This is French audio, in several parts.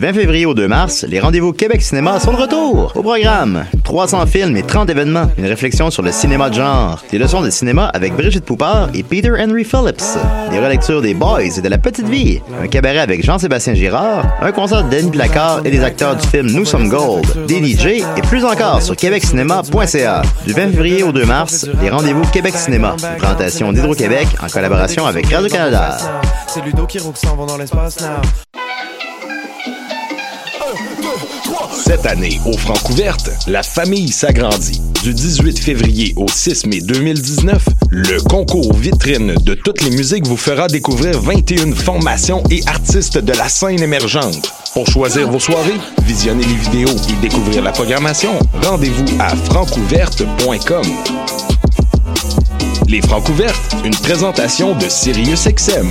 20 février au 2 mars, les rendez-vous Québec Cinéma sont de retour. Au programme, 300 films et 30 événements. Une réflexion sur le cinéma de genre. Des leçons de cinéma avec Brigitte Poupard et Peter Henry Phillips. Des relectures des Boys et de La Petite Vie. Un cabaret avec Jean-Sébastien Girard. Un concert de Denis Placard et des acteurs du film Nous sommes Gold. Des DJ et plus encore sur québeccinéma.ca. Du 20 février au 2 mars, les rendez-vous Québec Cinéma. Une présentation d'Hydro-Québec en collaboration avec Radio-Canada. C'est Ludo qui roule s'en va dans l'espace now. Cette année, au Francouverte, la famille s'agrandit. Du 18 février au 6 mai 2019, le concours vitrine de toutes les musiques vous fera découvrir 21 formations et artistes de la scène émergente. Pour choisir vos soirées, visionner les vidéos et découvrir la programmation, rendez-vous à francouverte.com. Les Francouvertes, une présentation de SiriusXM.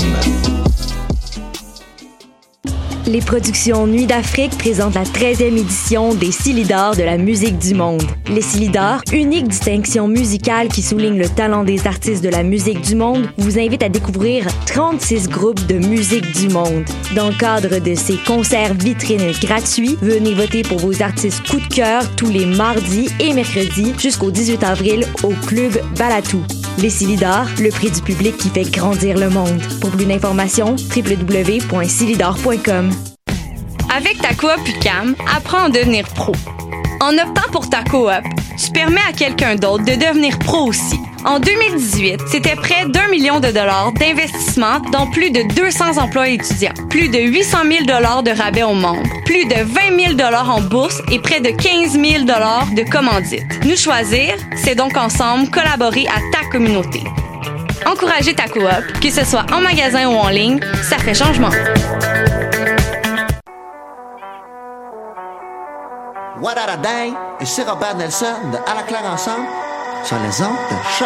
Les productions Nuit d'Afrique présentent la 13e édition des Silidor de la musique du monde. Les Silidor, unique distinction musicale qui souligne le talent des artistes de la musique du monde, vous invite à découvrir 36 groupes de musique du monde. Dans le cadre de ces concerts vitrines gratuits, venez voter pour vos artistes coup de cœur tous les mardis et mercredis jusqu'au 18 avril au Club Balatou. Les Silidor, le prix du public qui fait grandir le monde. Pour plus d'informations, www.silidor.com. Avec ta coop UQAM, apprends à devenir pro. En optant pour ta coop, tu permets à quelqu'un d'autre de devenir pro aussi. En 2018, c'était près d'1 million de dollars d'investissement dans plus de 200 emplois étudiants, plus de 800 000 dollars de rabais aux membres, plus de 20 000 dollars en bourse et près de 15 000 dollars de commandites. Nous choisir, c'est donc ensemble collaborer à ta communauté. Encourager ta coop, que ce soit en magasin ou en ligne, ça fait changement. What a day! Ici Robert Nelson de À la claire ensemble sur les ondes de choc.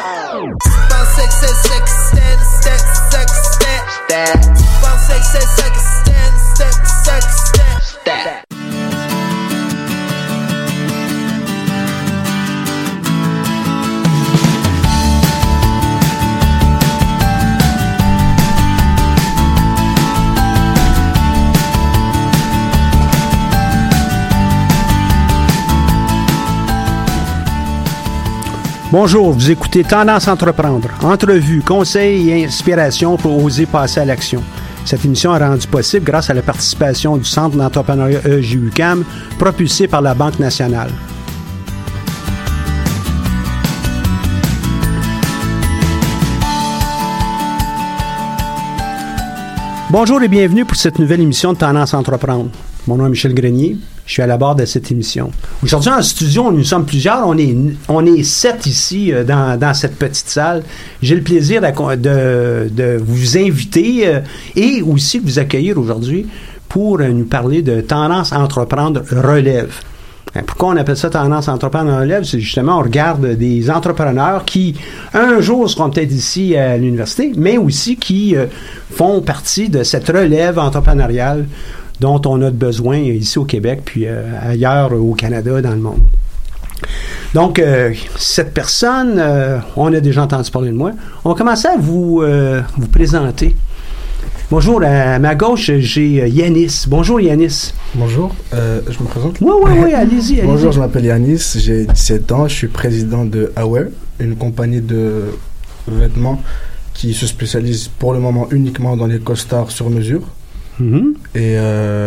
Bonjour, vous écoutez Tendance Entreprendre. Entrevues, conseils et inspirations pour oser passer à l'action. Cette émission est rendue possible grâce à la participation du Centre d'entrepreneuriat EJ-UQAM, propulsé par la Banque nationale. Bonjour et bienvenue pour cette nouvelle émission de Tendance Entreprendre. Mon nom est Michel Grenier. Je suis à la barre de cette émission. Aujourd'hui, en studio, nous sommes plusieurs. On est 7 ici dans cette petite salle. J'ai le plaisir de vous inviter et aussi de vous accueillir aujourd'hui pour nous parler de Tendance Entreprendre Relève. Pourquoi on appelle ça Tendance Entreprendre Relève? C'est justement, on regarde des entrepreneurs qui, un jour, seront peut-être ici à l'université, mais aussi qui font partie de cette relève entrepreneuriale dont on a besoin ici au Québec, puis ailleurs au Canada, dans le monde. Donc, cette personne, on a déjà entendu parler de moi. On va commencer à vous présenter. Bonjour, à ma gauche, j'ai Yanis. Bonjour, Yanis. Bonjour, je me présente. Oui, allez-y. Bonjour, je m'appelle Yanis, j'ai 17 ans, je suis président de Aware, une compagnie de vêtements qui se spécialise pour le moment uniquement dans les costards sur mesure. Mm-hmm. Et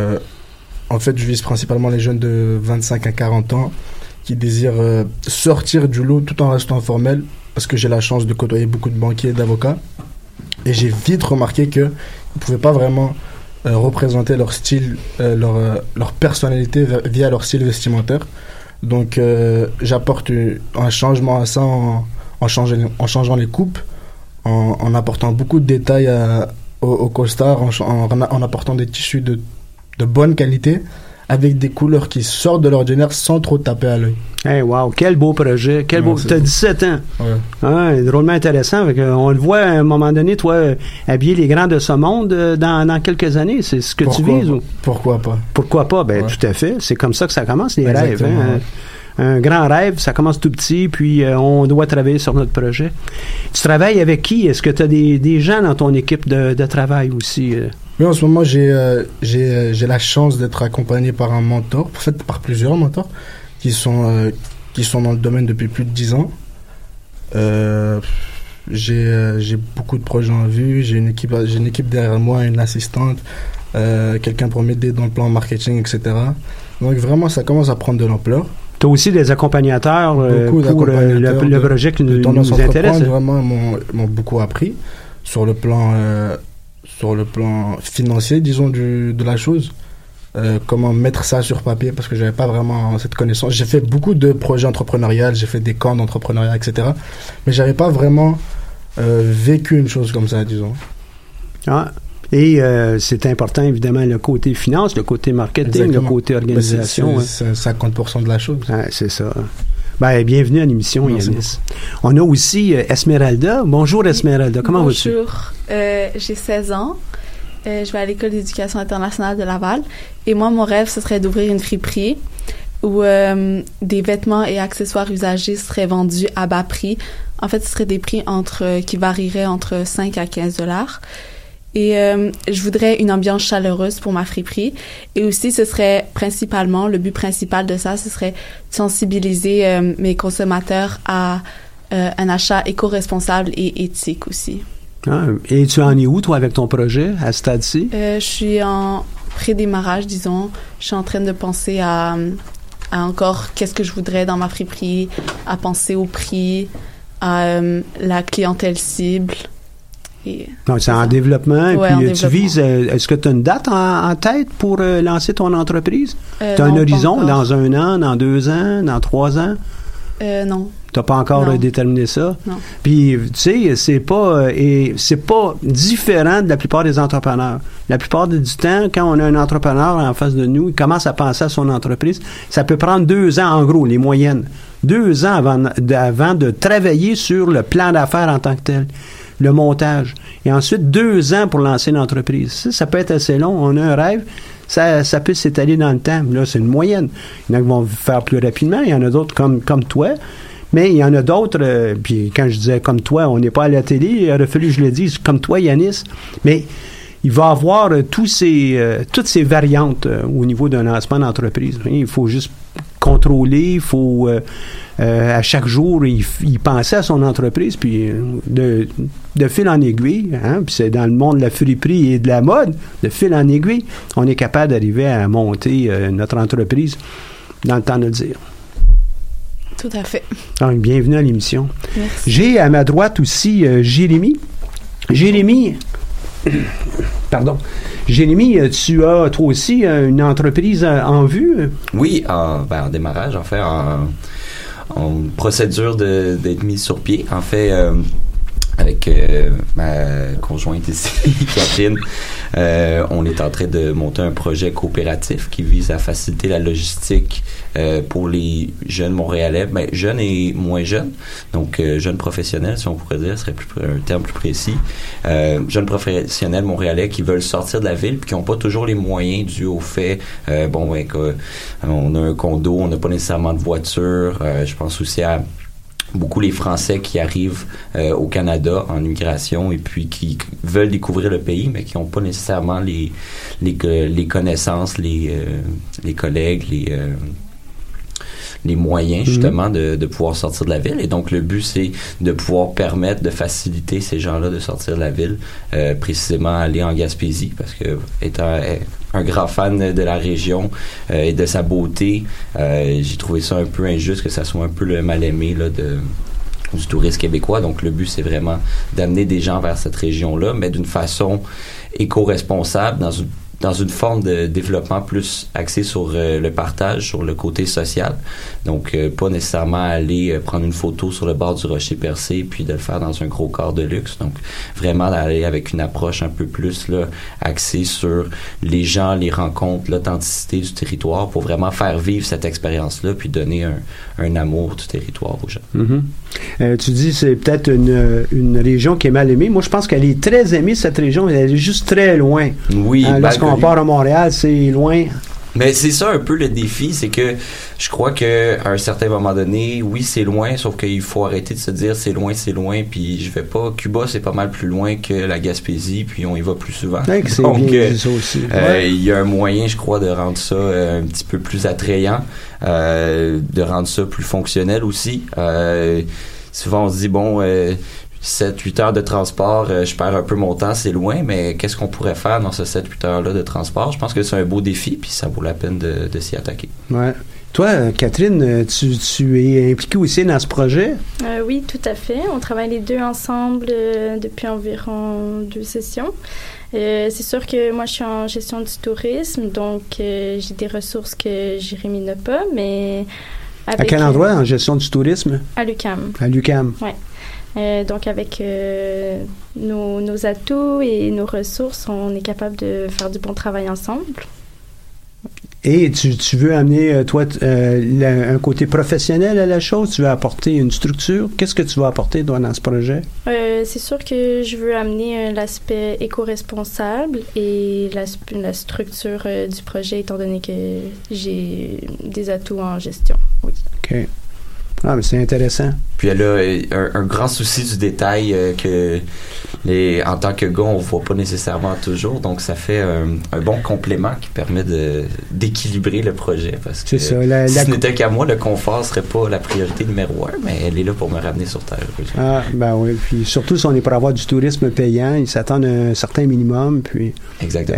en fait, je vise principalement les jeunes de 25 à 40 ans qui désirent sortir du lot tout en restant formels, parce que j'ai la chance de côtoyer beaucoup de banquiers et d'avocats. Et j'ai vite remarqué qu'ils ne pouvaient pas vraiment représenter leur style, leur personnalité via leur style vestimentaire. Donc j'apporte un changement à ça en changeant les coupes, en apportant beaucoup de détails au costard, en apportant des tissus de bonne qualité, avec des couleurs qui sortent de l'ordinaire sans trop taper à l'œil. Hey, wow, quel beau projet. T'as 17 ans. Ouais. Ah, drôlement intéressant. On le voit à un moment donné, toi, habiller les grands de ce monde dans quelques années. C'est ce que tu vises? Pourquoi pas? Pourquoi pas? Ben, ouais. Tout à fait. C'est comme ça que ça commence, les rêves. Hein? Ouais. Un grand rêve, ça commence tout petit, puis on doit travailler sur notre projet. Tu travailles avec qui? Est-ce que tu as des gens dans ton équipe de travail aussi? Oui, en ce moment, j'ai la chance d'être accompagné par un mentor, en fait, par plusieurs mentors, qui sont dans le domaine depuis plus de 10 ans. J'ai beaucoup de projets en vue, j'ai une équipe derrière moi, une assistante, quelqu'un pour m'aider dans le plan marketing, etc. Donc vraiment, ça commence à prendre de l'ampleur. Tu as aussi des accompagnateurs pour le projet qui nous intéresse. Vraiment, m'ont beaucoup appris sur le plan financier, disons, de la chose. Comment mettre ça sur papier, parce que j'avais pas vraiment cette connaissance. J'ai fait beaucoup de projets entrepreneuriaux, j'ai fait des camps d'entrepreneuriat, etc. Mais j'avais pas vraiment vécu une chose comme ça, disons. Ah. Et c'est important, évidemment, le côté finance, le côté marketing, exactement. Le côté organisation. C'est 50% de la chose. Ah, c'est ça. Ben, bienvenue à l'émission, Yanis. On a aussi Esmeralda. Bonjour, Esmeralda. Comment vas-tu? Bonjour. J'ai 16 ans. Je vais à l'École d'éducation internationale de Laval. Et moi, mon rêve, ce serait d'ouvrir une friperie où des vêtements et accessoires usagés seraient vendus à bas prix. En fait, ce seraient des prix qui varieraient entre 5 à 15 $. Et je voudrais une ambiance chaleureuse pour ma friperie. Et aussi, ce serait le but principal de ça, ce serait de sensibiliser mes consommateurs à un achat éco-responsable et éthique aussi. Ah, et tu en es où, toi, avec ton projet, à ce stade-ci? Je suis en pré-démarrage, disons. Je suis en train de penser à encore qu'est-ce que je voudrais dans ma friperie, à penser au prix, à la clientèle cible. Donc, c'est en développement. Ouais, puis, tu vises, est-ce que tu as une date en tête pour lancer ton entreprise? Tu as un horizon dans 1 an, dans 2 ans, dans 3 ans? Non. Tu n'as pas encore déterminé ça? Non. Puis, tu sais, c'est pas différent de la plupart des entrepreneurs. La plupart du temps, quand on a un entrepreneur en face de nous, il commence à penser à son entreprise. Ça peut prendre 2 ans, en gros, les moyennes. 2 ans avant de travailler sur le plan d'affaires en tant que tel. Le montage. Et ensuite, 2 ans pour lancer une entreprise. Ça peut être assez long. On a un rêve. Ça peut s'étaler dans le temps. Là, c'est une moyenne. Il y en a qui vont faire plus rapidement. Il y en a d'autres comme toi. Mais il y en a d'autres, puis quand je disais comme toi, on n'est pas à la télé, il aurait fallu que je le dise, comme toi, Yanis. Mais il va y avoir toutes ces variantes au niveau d'un lancement d'entreprise. Il faut juste contrôler, il faut à chaque jour, il penser à son entreprise, puis de fil en aiguille, hein, puis c'est dans le monde de la friperie et de la mode, de fil en aiguille, on est capable d'arriver à monter notre entreprise dans le temps de le dire. Tout à fait. Donc, bienvenue à l'émission. Merci. J'ai à ma droite aussi Jérémy. Jérémy, tu as toi aussi une entreprise en vue? Oui, en démarrage, en fait, en procédure d'être mise sur pied. En fait, avec ma conjointe ici, Catherine, on est en train de monter un projet coopératif qui vise à faciliter la logistique pour les jeunes Montréalais, jeunes et moins jeunes, donc jeunes professionnels, si on pourrait dire, ce serait un terme plus précis, jeunes professionnels Montréalais qui veulent sortir de la ville puis qui n'ont pas toujours les moyens dû au fait, qu'on a un condo, on n'a pas nécessairement de voiture, je pense aussi à beaucoup les Français qui arrivent au Canada en immigration et puis qui veulent découvrir le pays, mais qui n'ont pas nécessairement les connaissances, les collègues, les moyens justement de pouvoir sortir de la ville. Et donc le but, c'est de pouvoir permettre de faciliter ces gens-là de sortir de la ville, précisément aller en Gaspésie, parce que étant un grand fan de la région et de sa beauté, j'ai trouvé ça un peu injuste que ça soit un peu le mal-aimé là, du tourisme québécois. Donc le but, c'est vraiment d'amener des gens vers cette région-là, mais d'une façon éco-responsable, dans une forme de développement plus axé sur le partage, sur le côté social. Donc, pas nécessairement aller prendre une photo sur le bord du rocher percé puis de le faire dans un gros corps de luxe. Donc, vraiment d'aller avec une approche un peu plus là, axée sur les gens, les rencontres, l'authenticité du territoire pour vraiment faire vivre cette expérience-là puis donner un amour du territoire aux gens. Mm-hmm. Tu dis c'est peut-être une région qui est mal aimée. Moi, je pense qu'elle est très aimée, cette région. Elle est juste très loin. Oui, lorsqu'on part à Montréal, c'est loin. Mais c'est ça un peu le défi, c'est que je crois que à un certain moment donné, oui, c'est loin, sauf qu'il faut arrêter de se dire c'est loin, puis je vais pas. Cuba, c'est pas mal plus loin que la Gaspésie, puis on y va plus souvent. Ouais, c'est donc, bien ça aussi. Il y a un moyen, je crois, de rendre ça un petit peu plus attrayant, de rendre ça plus fonctionnel aussi. Souvent, on se dit, bon... 7-8 heures de transport, je perds un peu mon temps, c'est loin, mais qu'est-ce qu'on pourrait faire dans ce 7-8 heures-là de transport? Je pense que c'est un beau défi, puis ça vaut la peine de s'y attaquer. Ouais. Toi, Catherine, tu es impliquée aussi dans ce projet? Oui, tout à fait. On travaille les deux ensemble depuis environ 2 sessions. C'est sûr que moi, je suis en gestion du tourisme, donc j'ai des ressources que Jérémy n'a pas, mais... À quel endroit, en gestion du tourisme? À l'UQAM. À l'UQAM. Oui. Donc, avec nos atouts et nos ressources, on est capable de faire du bon travail ensemble. Et tu veux amener, toi, un côté professionnel à la chose? Tu veux apporter une structure? Qu'est-ce que tu vas apporter, toi, dans ce projet? C'est sûr que je veux amener l'aspect éco-responsable et la structure du projet, étant donné que j'ai des atouts en gestion. Oui. OK. Ah, mais c'est intéressant. Puis elle a un grand souci du détail que en tant que gars, on voit pas nécessairement toujours. Donc, ça fait un bon complément qui permet d'équilibrer le projet. Parce que si ce n'était qu'à moi, le confort serait pas la priorité numéro 1, mais elle est là pour me ramener sur terre. Ah, ben oui. Puis surtout, si on est pour avoir du tourisme payant, ils s'attendent à un certain minimum. Puis, exactement.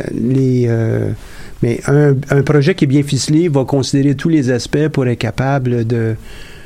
Mais un projet qui est bien ficelé va considérer tous les aspects pour être capable de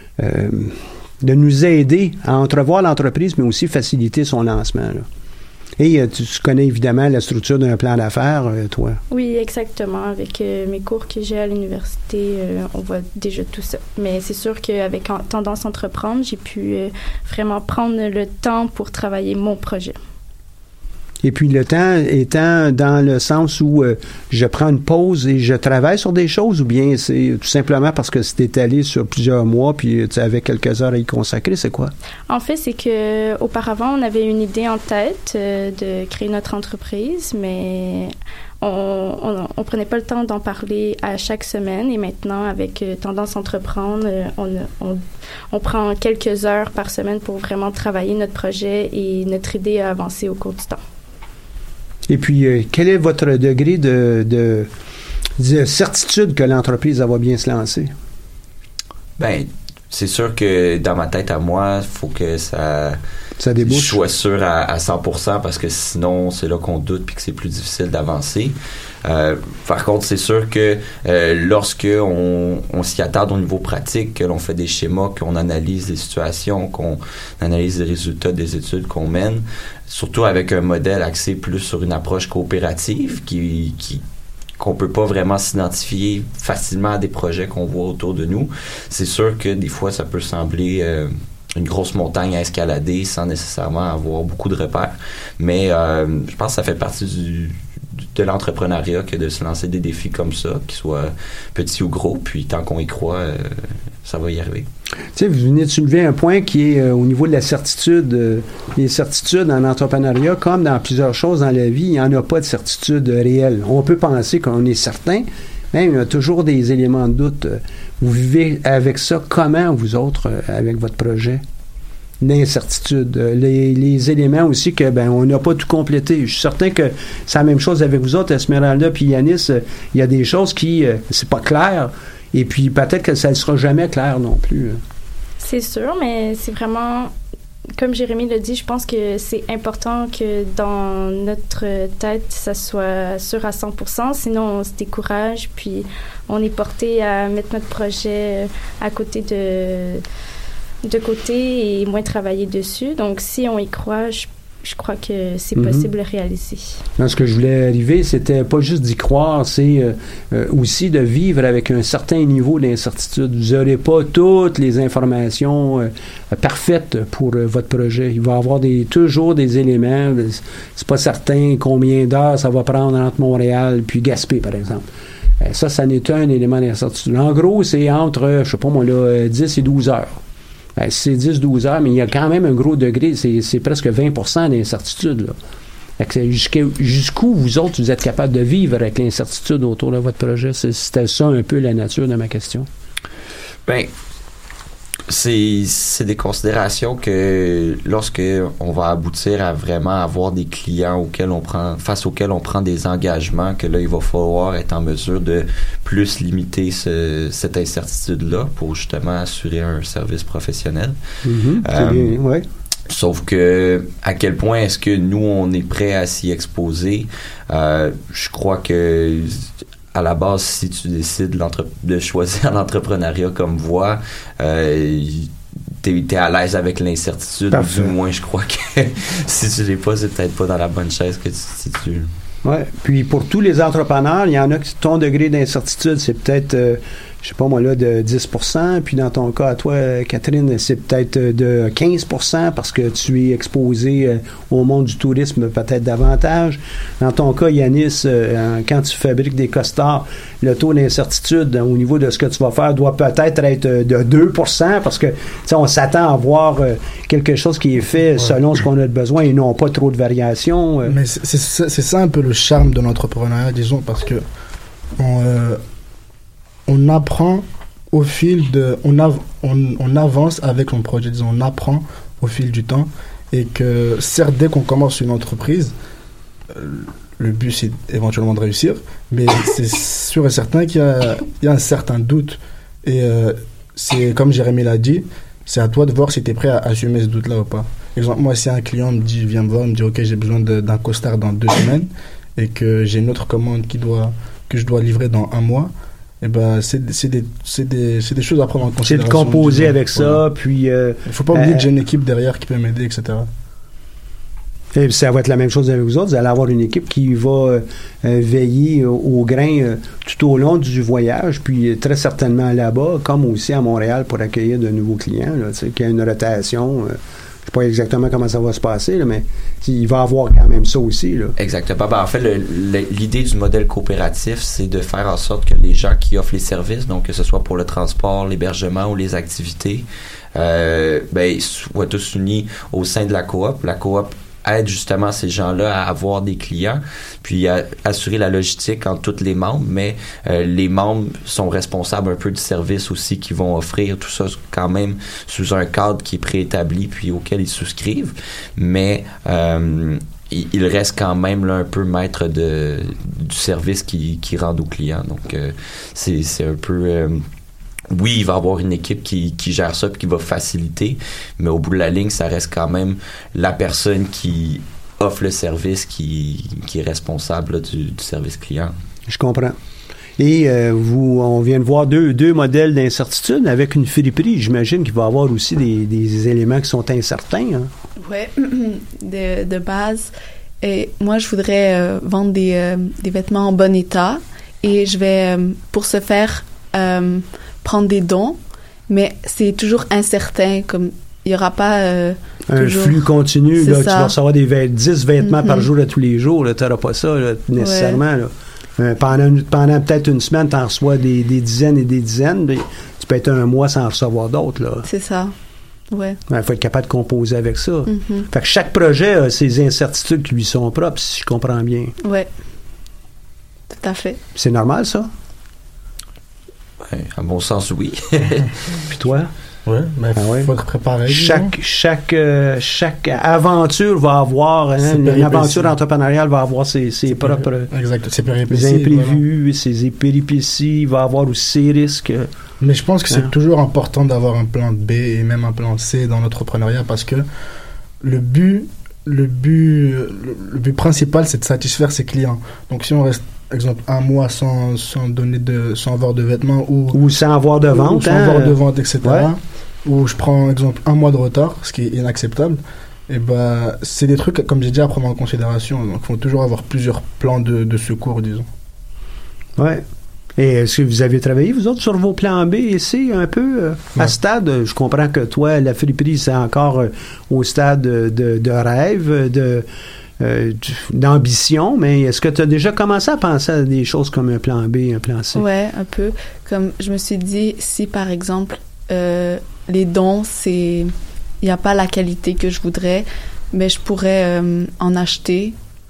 nous aider à entrevoir l'entreprise, mais aussi faciliter son lancement. Là. Et tu connais évidemment la structure d'un plan d'affaires, toi. Oui, exactement. Avec mes cours que j'ai à l'université, on voit déjà tout ça. Mais c'est sûr qu'avec Tendance Entreprendre, j'ai pu vraiment prendre le temps pour travailler mon projet. Et puis le temps étant dans le sens où je prends une pause et je travaille sur des choses, ou bien c'est tout simplement parce que c'est étalé sur plusieurs mois puis tu avais quelques heures à y consacrer, c'est quoi? En fait, c'est que auparavant on avait une idée en tête de créer notre entreprise, mais on prenait pas le temps d'en parler à chaque semaine, et maintenant avec Tendance Entreprendre, on prend quelques heures par semaine pour vraiment travailler notre projet et notre idée à avancer au cours du temps. Et puis, quel est votre degré de certitude que l'entreprise va bien se lancer? Ben, c'est sûr que dans ma tête à moi, il faut que ça débouche. Je sois sûr à 100%, parce que sinon, c'est là qu'on doute puis que c'est plus difficile d'avancer. Par contre, c'est sûr que lorsque on s'y attarde au niveau pratique, que l'on fait des schémas, qu'on analyse les situations, qu'on analyse les résultats des études qu'on mène, surtout avec un modèle axé plus sur une approche coopérative qu'on peut pas vraiment s'identifier facilement à des projets qu'on voit autour de nous. C'est sûr que des fois, ça peut sembler une grosse montagne à escalader sans nécessairement avoir beaucoup de repères. Mais je pense que ça fait partie de l'entrepreneuriat que de se lancer des défis comme ça, qu'ils soient petits ou gros, puis tant qu'on y croit, ça va y arriver. Tu sais, vous venez de soulever un point qui est au niveau de la certitude. Les certitudes en entrepreneuriat, comme dans plusieurs choses dans la vie, il n'y en a pas de certitude réelle. On peut penser qu'on est certain, mais il y a toujours des éléments de doute. Vous vivez avec ça comment, vous autres, avec votre projet? L'incertitude, les éléments aussi que on n'a pas tout complété. Je suis certain que c'est la même chose avec vous autres, Esmeralda puis Yanis. Il y a des choses qui c'est pas clair, et puis peut-être que ça ne sera jamais clair non plus. C'est sûr, mais c'est vraiment, comme Jérémy l'a dit, je pense que c'est important que dans notre tête, ça soit sûr à 100%, sinon on se décourage, puis on est porté à mettre notre projet à côté de côté et moins travailler dessus. Donc, si on y croit, je crois que c'est possible de réaliser. Non, ce que je voulais arriver, c'était pas juste d'y croire, c'est aussi de vivre avec un certain niveau d'incertitude. Vous n'aurez pas toutes les informations parfaites pour votre projet. Il va y avoir toujours des éléments. C'est pas certain combien d'heures ça va prendre entre Montréal puis Gaspé, par exemple. Ça n'est un élément d'incertitude. En gros, c'est entre, je sais pas moi, là, 10 et 12 heures. C'est 10-12 heures, mais il y a quand même un gros degré, c'est presque 20% d'incertitude. Là. Jusqu'où vous autres, vous êtes capables de vivre avec l'incertitude autour de votre projet? C'était ça un peu la nature de ma question. Ben, c'est des considérations que lorsque on va aboutir à vraiment avoir des clients face auxquels on prend des engagements, que là il va falloir être en mesure de plus limiter cette incertitude-là pour justement assurer un service professionnel. Ouais. Sauf que à quel point est-ce que nous on est prêt à s'y exposer? Je crois que à la base, si tu décides de choisir l'entrepreneuriat comme voie, t'es à l'aise avec l'incertitude. Parfait. Du moins, je crois que si tu l'es pas, c'est peut-être pas dans la bonne chaise que tu te situes. Ouais. Puis pour tous les entrepreneurs, il y en a qui ton degré d'incertitude, c'est peut-être, je sais pas moi là, de 10%. Puis dans ton cas, à toi, Catherine, c'est peut-être de 15% parce que tu es exposé au monde du tourisme peut-être davantage. Dans ton cas, Yanis, quand tu fabriques des costards, le taux d'incertitude au niveau de ce que tu vas faire doit peut-être être de 2% parce que on s'attend à voir quelque chose qui est fait selon ce qu'on a de besoin et non pas trop de variations. Mais c'est ça un peu le charme de l'entrepreneuriat, disons, parce que on apprend au fil de... On avance avec son projet, disons, on apprend au fil du temps et que certes, dès qu'on commence une entreprise, le but c'est éventuellement de réussir, mais c'est sûr et certain qu'il y a un certain doute et c'est comme Jérémy l'a dit, c'est à toi de voir si tu es prêt à assumer ce doute-là ou pas. Exemple, moi, si un client vient me voir, me dit ok, j'ai besoin d'un costard dans 2 semaines et que j'ai une autre commande que je dois livrer dans 1 mois, et ben c'est des choses à prendre en considération. C'est de composer avec ça, puis il faut pas oublier que j'ai une équipe derrière qui peut m'aider, etc. Et ça va être la même chose avec vous autres. Vous allez avoir une équipe qui va veiller au grain tout au long du voyage, puis très certainement là-bas, comme aussi à Montréal, pour accueillir de nouveaux clients, là, qu'il y a une rotation. Je sais pas exactement comment ça va se passer, là, mais il va y avoir quand même ça aussi. Là. Exactement. Ben, en fait, l'idée du modèle coopératif, c'est de faire en sorte que les gens qui offrent les services, donc que ce soit pour le transport, l'hébergement ou les activités, soient tous unis au sein de la coop. La coop aide justement ces gens-là à avoir des clients, puis à assurer la logistique entre tous les membres, mais les membres sont responsables un peu du service aussi qu'ils vont offrir, tout ça quand même sous un cadre qui est préétabli puis auquel ils souscrivent, mais ils restent quand même là un peu maîtres du service qu'ils rendent aux clients. Donc c'est un peu... oui, il va y avoir une équipe qui gère ça et qui va faciliter, mais au bout de la ligne, ça reste quand même la personne qui offre le service qui est responsable là, du service client. Je comprends. Et on vient de voir deux modèles d'incertitude avec une friperie. J'imagine qu'il va y avoir aussi des éléments qui sont incertains. Hein? Oui, de base. Et moi, je voudrais vendre des vêtements en bon état et je vais, pour ce faire... prendre des dons, mais c'est toujours incertain, comme il n'y aura pas un flux continu, là, tu vas recevoir 10 vêtements par jour à tous les jours, tu n'auras pas ça là, nécessairement. Là. Pendant peut-être une semaine, tu en reçois des dizaines et des dizaines, tu peux être un mois sans en recevoir d'autres. Là. C'est ça. Ouais. Il faut être capable de composer avec ça. Fait que chaque projet a ses incertitudes qui lui sont propres, si je comprends bien. Oui, tout à fait. C'est normal, ça? À mon sens, oui. Puis toi? Oui, mais il faut être préparé. Chaque aventure va avoir, une aventure entrepreneuriale va avoir ses propres imprévus, ses péripéties, il va avoir aussi ses risques. Mais je pense que c'est toujours important d'avoir un plan B et même un plan C dans l'entrepreneuriat parce que le but principal, c'est de satisfaire ses clients. Donc si on reste exemple 1 mois sans avoir de vêtements ou sans avoir de vente, avoir de vente, etc. Ou je prends exemple 1 mois de retard, ce qui est inacceptable. Et c'est des trucs comme j'ai dit à prendre en considération. Donc il faut toujours avoir plusieurs plans de secours, disons. Ouais. Et est-ce que vous avez travaillé, vous autres, sur vos plans B et C un peu à ce stade? Je comprends que toi, la friperie, c'est encore au stade de rêve, d'ambition, mais est-ce que tu as déjà commencé à penser à des choses comme un plan B, un plan C? Oui, un peu. Comme je me suis dit, si par exemple, les dons, il n'y a pas la qualité que je voudrais, mais je pourrais en acheter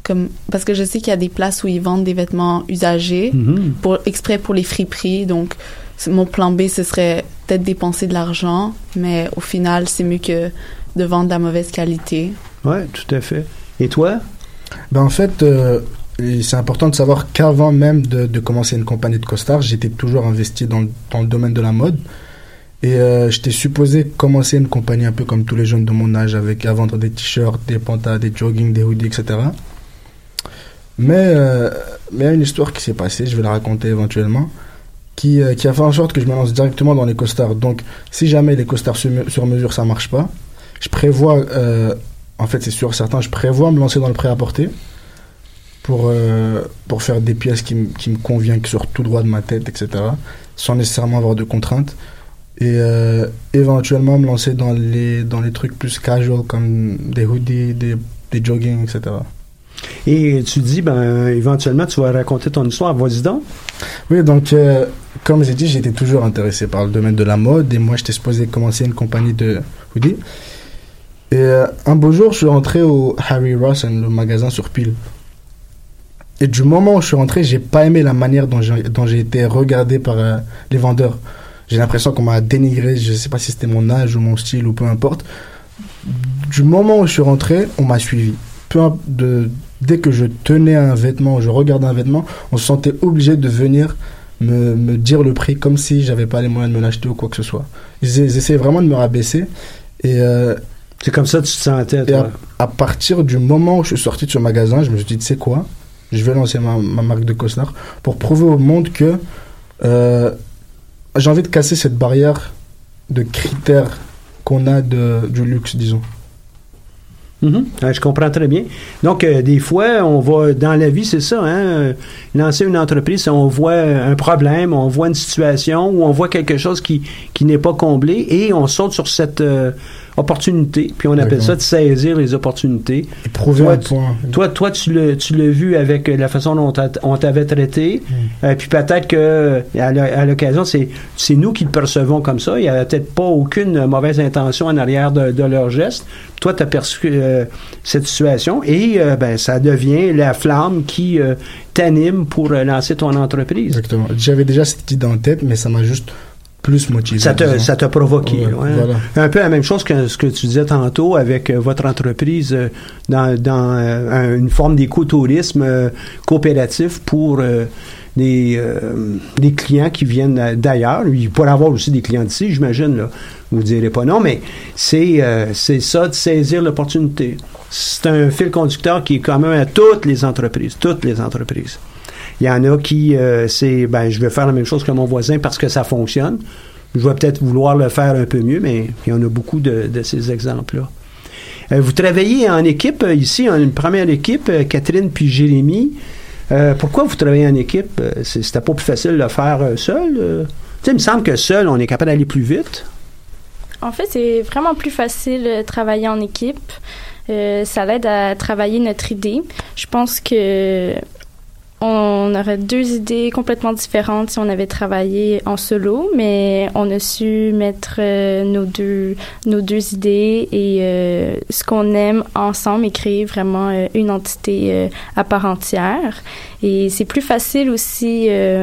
parce que je sais qu'il y a des places où ils vendent des vêtements usagés exprès pour les friperies. Donc, mon plan B, ce serait peut-être dépenser de l'argent, mais au final, c'est mieux que de vendre de la mauvaise qualité. Oui, tout à fait. Et toi? Ben, en fait, c'est important de savoir qu'avant même de commencer une compagnie de costards, j'étais toujours investi dans le domaine de la mode. Et j'étais supposé commencer une compagnie un peu comme tous les jeunes de mon âge, à vendre des t-shirts, des pantas, des jogging, des hoodies, etc. Mais il y a une histoire qui s'est passée, je vais la raconter éventuellement, qui a fait en sorte que je me lance directement dans les costards. Donc, si jamais les costards sur mesure, ça marche pas, je prévois, en fait c'est sûr certain, je prévois me lancer dans le prêt-à-porter pour faire des pièces qui me conviennent, qui sortent tout droit de ma tête, etc. Sans nécessairement avoir de contraintes. Et éventuellement me lancer dans les trucs plus casual comme des hoodies, des jogging, etc. Et tu dis, éventuellement, tu vas raconter ton histoire. Vas-y donc. Oui, donc, comme j'ai dit, j'étais toujours intéressé par le domaine de la mode et moi, j'étais supposé commencer une compagnie de hoodies. Et un beau jour, je suis rentré au Harry Ross, le magasin sur Peel. Et du moment où je suis rentré, j'ai pas aimé la manière dont j'ai été regardé par les vendeurs. J'ai l'impression qu'on m'a dénigré, je sais pas si c'était mon âge ou mon style ou peu importe. Du moment où je suis rentré, on m'a suivi. Dès que je tenais un vêtement, je regardais un vêtement, on se sentait obligé de venir me dire le prix comme si j'avais pas les moyens de me l'acheter ou quoi que ce soit. Ils essayaient vraiment de me rabaisser. Et c'est comme ça que tu te sentais, toi. À partir du moment où je suis sorti de ce magasin, je me suis dit, tu sais quoi, je vais lancer ma marque de costard pour prouver au monde que j'ai envie de casser cette barrière de critères qu'on a du luxe, disons. Je comprends très bien. Donc, des fois, on va, dans la vie, c'est ça, lancer une entreprise, on voit un problème, on voit une situation ou on voit quelque chose qui n'est pas comblé et on saute sur cette opportunité, puis on appelle ça de saisir les opportunités. Et prouver un point. Toi, tu l'as vu avec la façon dont on t'avait traité, puis peut-être que à l'occasion, c'est nous qui le percevons comme ça. Il n'y a peut-être pas aucune mauvaise intention en arrière de leur geste. Toi, tu as perçu cette situation et ça devient la flamme qui t'anime pour lancer ton entreprise. Exactement. J'avais déjà cette idée en tête, mais ça m'a juste plus motivé. Ça t'a provoqué. Ouais, voilà. Un peu la même chose que ce que tu disais tantôt avec votre entreprise dans une forme d'écotourisme coopératif pour des clients qui viennent d'ailleurs. Il pourrait y avoir aussi des clients d'ici, j'imagine, là. Vous ne direz pas non, mais c'est ça, de saisir l'opportunité. C'est un fil conducteur qui est commun à toutes les entreprises. Il y en a qui, je vais faire la même chose que mon voisin parce que ça fonctionne. Je vais peut-être vouloir le faire un peu mieux, mais il y en a beaucoup de ces exemples-là. Vous travaillez en équipe ici, une première équipe, Catherine puis Jérémy. Pourquoi vous travaillez en équipe? C'était pas plus facile de le faire seul? Il me semble que seul, on est capable d'aller plus vite. En fait, c'est vraiment plus facile de travailler en équipe. Ça l'aide à travailler notre idée. Je pense que on aurait deux idées complètement différentes si on avait travaillé en solo, mais on a su mettre nos deux idées et ce qu'on aime ensemble et créer vraiment une entité à part entière. Et c'est plus facile aussi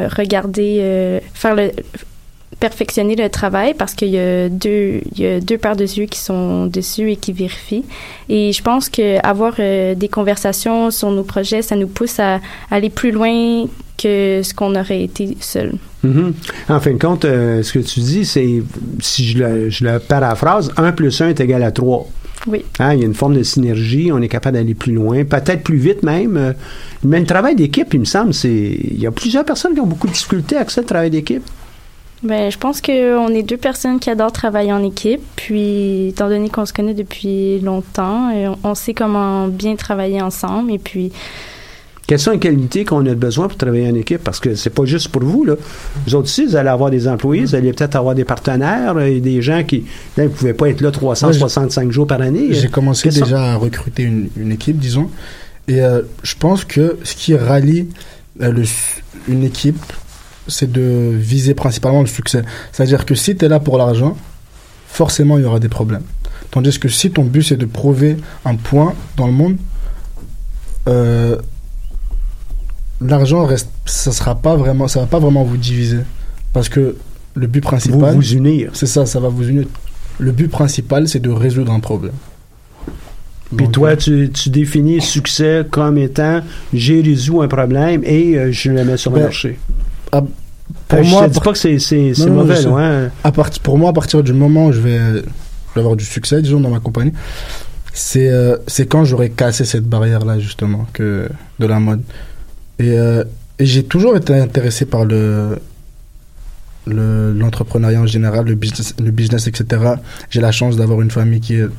perfectionner le travail parce qu'il y a deux paires de yeux qui sont dessus et qui vérifient. Et je pense qu'avoir des conversations sur nos projets, ça nous pousse à aller plus loin que ce qu'on aurait été seul. En fin de compte, ce que tu dis, c'est, si je le paraphrase, 1 + 1 est égal à 3. Oui. Il y a une forme de synergie, on est capable d'aller plus loin, peut-être plus vite même. Mais le travail d'équipe, il me semble, il y a plusieurs personnes qui ont beaucoup de difficultés avec ça, le travail d'équipe. Je pense qu'on est deux personnes qui adorent travailler en équipe. Puis, étant donné qu'on se connaît depuis longtemps, on sait comment bien travailler ensemble. Et puis, quelles sont les qualités qu'on a besoin pour travailler en équipe? Parce que c'est pas juste pour vous, là. Vous autres aussi, vous allez avoir des employés, vous allez peut-être avoir des partenaires et des gens qui ne pouvaient pas être là 365 jours par année. J'ai commencé déjà à recruter une équipe, disons. Et je pense que ce qui rallie une équipe, c'est de viser principalement le succès. C'est-à-dire que si tu es là pour l'argent, forcément, il y aura des problèmes. Tandis que si ton but, c'est de prouver un point dans le monde, l'argent reste, ça va pas vraiment vous diviser, parce que le but principal, vous unir. C'est ça va vous unir. Le but principal, c'est de résoudre un problème. Puis toi, tu définis succès comme étant j'ai résolu un problème et je le mets sur le marché. Pour moi, je te dis pas que c'est mauvais, loin. Pour moi, à partir du moment où je vais avoir du succès, disons, dans ma compagnie, c'est quand j'aurai cassé cette barrière-là, justement, de la mode. Et j'ai toujours été intéressé par l'entrepreneuriat en général, le business, etc. J'ai la chance d'avoir une famille qui est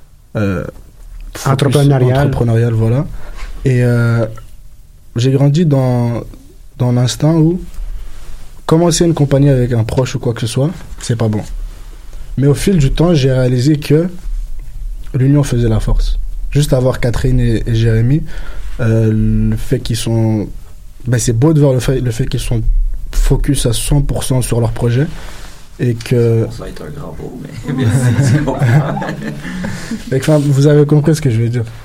entrepreneuriale, voilà. Et j'ai grandi dans l'instinct où commencer une compagnie avec un proche ou quoi que ce soit, c'est pas bon. Mais au fil du temps, j'ai réalisé que l'union faisait la force. Juste avoir Catherine et Jérémy, le fait qu'ils sont... c'est beau de voir le fait qu'ils sont focus à 100% sur leur projet et que... Ça va être un grand mot, mais merci. Vous avez compris ce que je veux dire.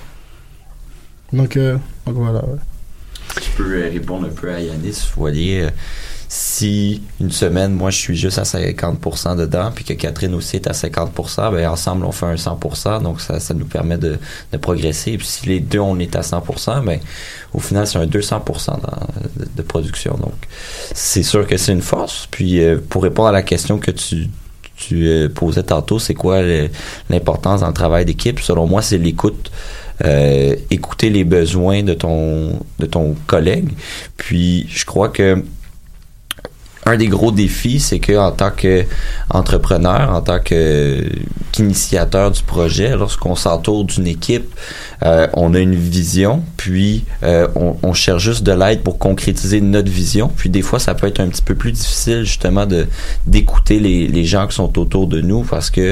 Donc voilà. Ouais. Je peux répondre un peu à Yanis. Vous voyez, si une semaine, moi, je suis juste à 50% dedans, puis que Catherine aussi est à 50%, ben ensemble, on fait un 100%, donc ça nous permet de progresser. Et puis si les deux, on est à 100%, ben au final, c'est un 200% de production. Donc, c'est sûr que c'est une force. Puis, pour répondre à la question que tu posais tantôt, c'est quoi l'importance dans le travail d'équipe? Selon moi, c'est l'écoute. Écouter les besoins de ton collègue. Puis, je crois que un des gros défis, c'est que en tant qu'entrepreneur, en tant qu'initiateur du projet, lorsqu'on s'entoure d'une équipe, on a une vision, puis on cherche juste de l'aide pour concrétiser notre vision. Puis des fois, ça peut être un petit peu plus difficile justement d'écouter les gens qui sont autour de nous, parce que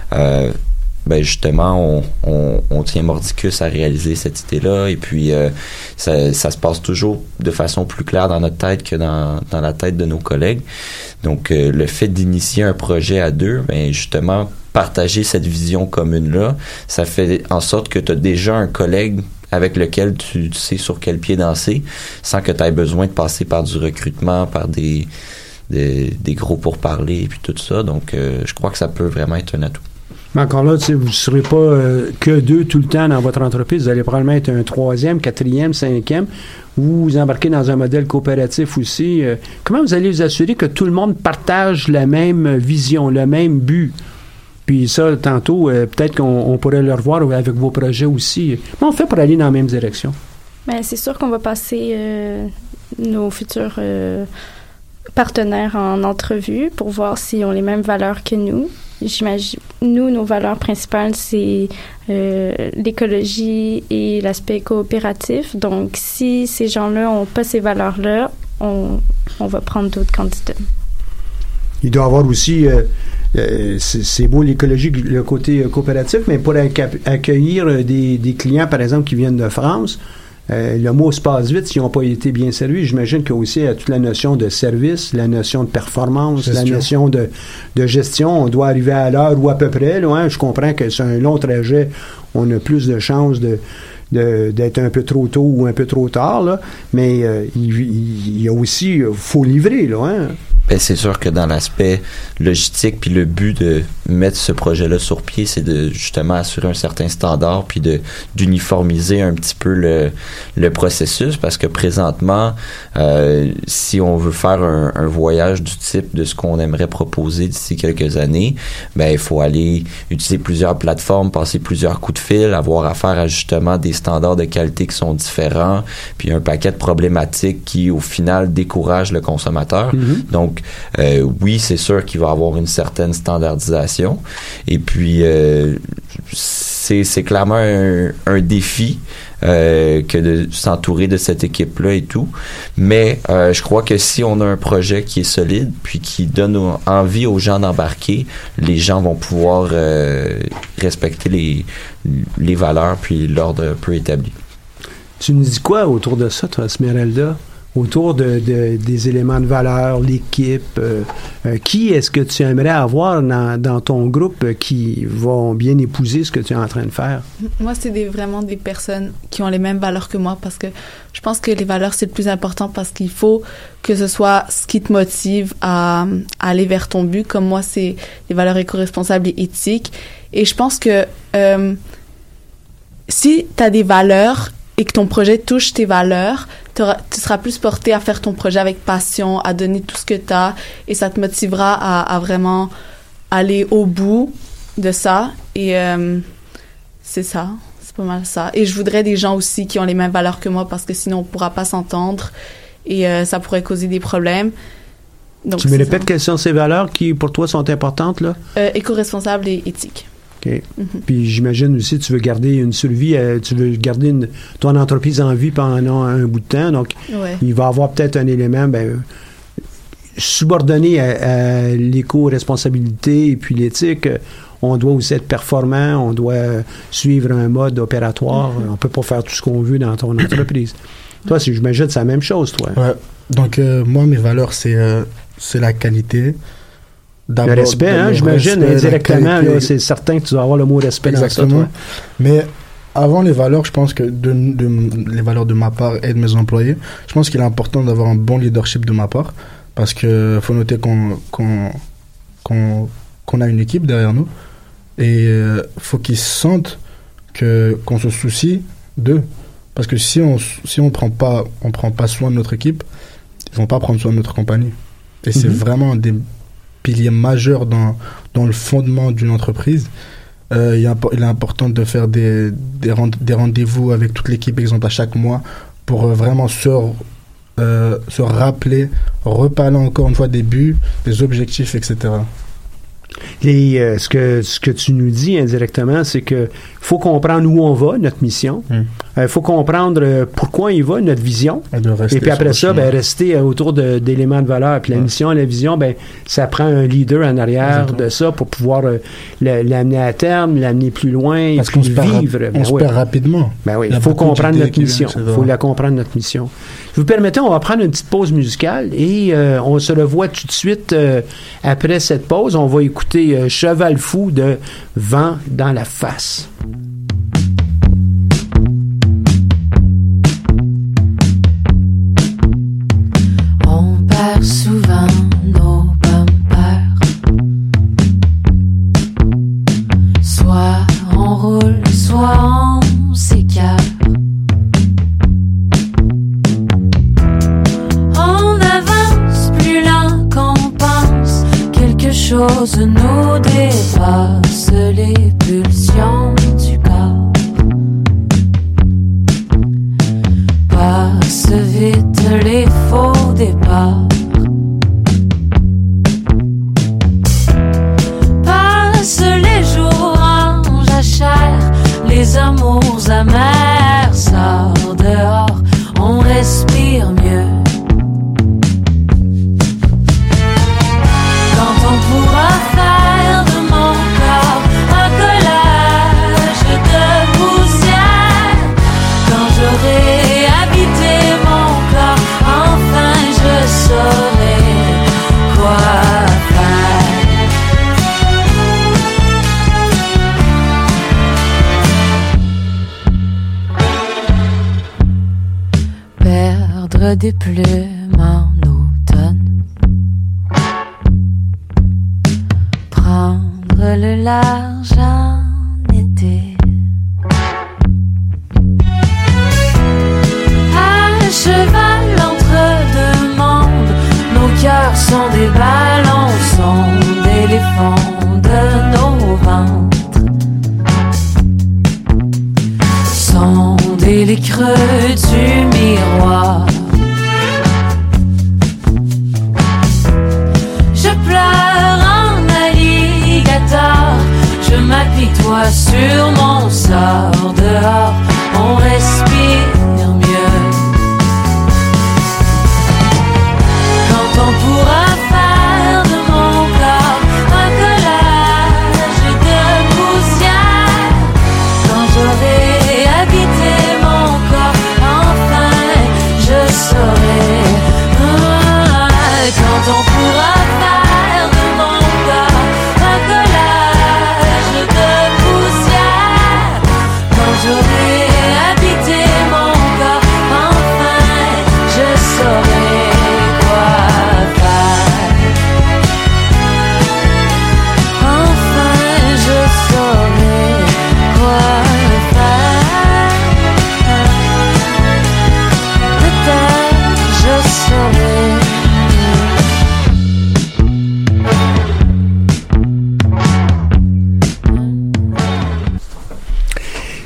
justement, on tient mordicus à réaliser cette idée-là, et puis ça se passe toujours de façon plus claire dans notre tête que dans la tête de nos collègues. Donc, le fait d'initier un projet à deux, justement, partager cette vision commune-là, ça fait en sorte que tu as déjà un collègue avec lequel tu sais sur quel pied danser, sans que tu aies besoin de passer par du recrutement, par des gros pourparlers, et puis tout ça. Donc, je crois que ça peut vraiment être un atout. Mais encore là, vous ne serez pas que deux tout le temps dans votre entreprise. Vous allez probablement être un troisième, quatrième, cinquième, ou vous embarquez dans un modèle coopératif aussi. Comment vous allez vous assurer que tout le monde partage la même vision, le même but? Puis ça, tantôt, peut-être qu'on pourrait le revoir avec vos projets aussi. Comment on fait pour aller dans la même direction? Bien, c'est sûr qu'on va passer nos futurs partenaires en entrevue pour voir s'ils ont les mêmes valeurs que nous. J'imagine, nos valeurs principales, c'est l'écologie et l'aspect coopératif. Donc, si ces gens-là n'ont pas ces valeurs-là, on va prendre d'autres candidats. Il doit y avoir aussi, c'est beau l'écologie, le côté coopératif, mais pour accueillir des clients, par exemple, qui viennent de France, le mot se passe vite s'ils n'ont pas été bien servis. J'imagine qu'il y a aussi toute la notion de service, la notion de performance, la notion de gestion. On doit arriver à l'heure ou à peu près. Là, hein. Je comprends que c'est un long trajet. On a plus de chances d'être un peu trop tôt ou un peu trop tard. Là. Mais il y a aussi... faut livrer. Là, hein. C'est sûr que dans l'aspect logistique, puis le but de mettre ce projet-là sur pied, c'est de justement assurer un certain standard, puis d'uniformiser un petit peu le processus, parce que présentement, si on veut faire un voyage du type de ce qu'on aimerait proposer d'ici quelques années, il faut aller utiliser plusieurs plateformes, passer plusieurs coups de fil, avoir affaire à justement des standards de qualité qui sont différents, puis un paquet de problématiques qui, au final, découragent le consommateur. Mm-hmm. Donc, oui, c'est sûr qu'il va y avoir une certaine standardisation. Et puis, c'est clairement un défi que de s'entourer de cette équipe-là et tout. Mais je crois que si on a un projet qui est solide, puis qui donne envie aux gens d'embarquer, les gens vont pouvoir respecter les valeurs puis l'ordre peu établi. Tu nous dis quoi autour de ça, toi, Esmeralda? autour des éléments de valeur, l'équipe. Qui est-ce que tu aimerais avoir dans ton groupe qui vont bien épouser ce que tu es en train de faire? Moi, c'est vraiment des personnes qui ont les mêmes valeurs que moi parce que je pense que les valeurs, c'est le plus important parce qu'il faut que ce soit ce qui te motive à aller vers ton but. Comme moi, c'est les valeurs éco-responsables et éthiques. Et je pense que si tu as des valeurs et que ton projet touche tes valeurs, tu seras plus porté à faire ton projet avec passion, à donner tout ce que tu as et ça te motivera à vraiment aller au bout de ça. Et c'est ça, c'est pas mal ça. Et je voudrais des gens aussi qui ont les mêmes valeurs que moi parce que sinon on pourra pas s'entendre et ça pourrait causer des problèmes. Donc, tu me répètes quelles sont ces valeurs qui pour toi sont importantes là? Éco-responsables et éthiques. OK. Puis j'imagine aussi tu veux garder une survie, tu veux garder ton entreprise en vie pendant un bout de temps. Donc, il va y avoir peut-être un élément subordonné à l'éco-responsabilité et puis l'éthique. On doit aussi être performant, on doit suivre un mode opératoire. On peut pas faire tout ce qu'on veut dans ton entreprise. Toi, j'imagine c'est la même chose, toi. Ouais. Donc, moi, mes valeurs, c'est la qualité. Le respect, j'imagine, indirectement, là, c'est certain que tu dois avoir le mot respect. Exactement. Dans ça, toi. Mais avant les valeurs, je pense que les valeurs de ma part et de mes employés, je pense qu'il est important d'avoir un bon leadership de ma part parce que faut noter qu'on a une équipe derrière nous et faut qu'ils sentent qu'on se soucie d'eux. Parce que si on prend pas soin de notre équipe, ils vont pas prendre soin de notre compagnie. Et c'est vraiment des pilier majeur dans le fondement d'une entreprise. Il est important de faire des rendez-vous avec toute l'équipe, exemple à chaque mois, pour vraiment se rappeler, reparler encore une fois des buts, des objectifs, etc. Ce que tu nous dis indirectement, c'est que faut comprendre où on va, notre mission. Faut comprendre pourquoi il va, notre vision. Et puis après ça, rester autour d'éléments de valeur. Puis la mission et la vision, ça prend un leader en arrière de ça pour pouvoir l'amener à terme, l'amener plus loin et puis vivre. On se perd rapidement. Il faut comprendre notre mission. Il faut la comprendre, notre mission. Si vous permettez, on va prendre une petite pause musicale et on se revoit tout de suite après cette pause. On va écouter Cheval fou de Vent dans la face. On perd souvent nos bumpers. Soit on roule, soit on s'écarte. On avance plus lent qu'on pense. Quelque chose nous dépasse, les pulsions du corps. Passe vite les faux départs. Passe les jours en jachère, les amours amers. Sort dehors, on respire mieux. Quand on pourra faire de mon corps un collage de poussière, quand j'aurai habité mon corps, enfin je saurai quoi faire. Perdre des plumes en automne, prendre le large en été, à cheval entre deux mondes, nos cœurs sont des ballons, sont d'éléphants de nos ventres, sonder les creux du miroir. Je pleure en alligator, je m'apitoie sur mon sort. Dehors, on respire mieux. Quand on pourra faire de mon corps un collage de poussière, quand j'aurai habité mon corps, enfin je saurai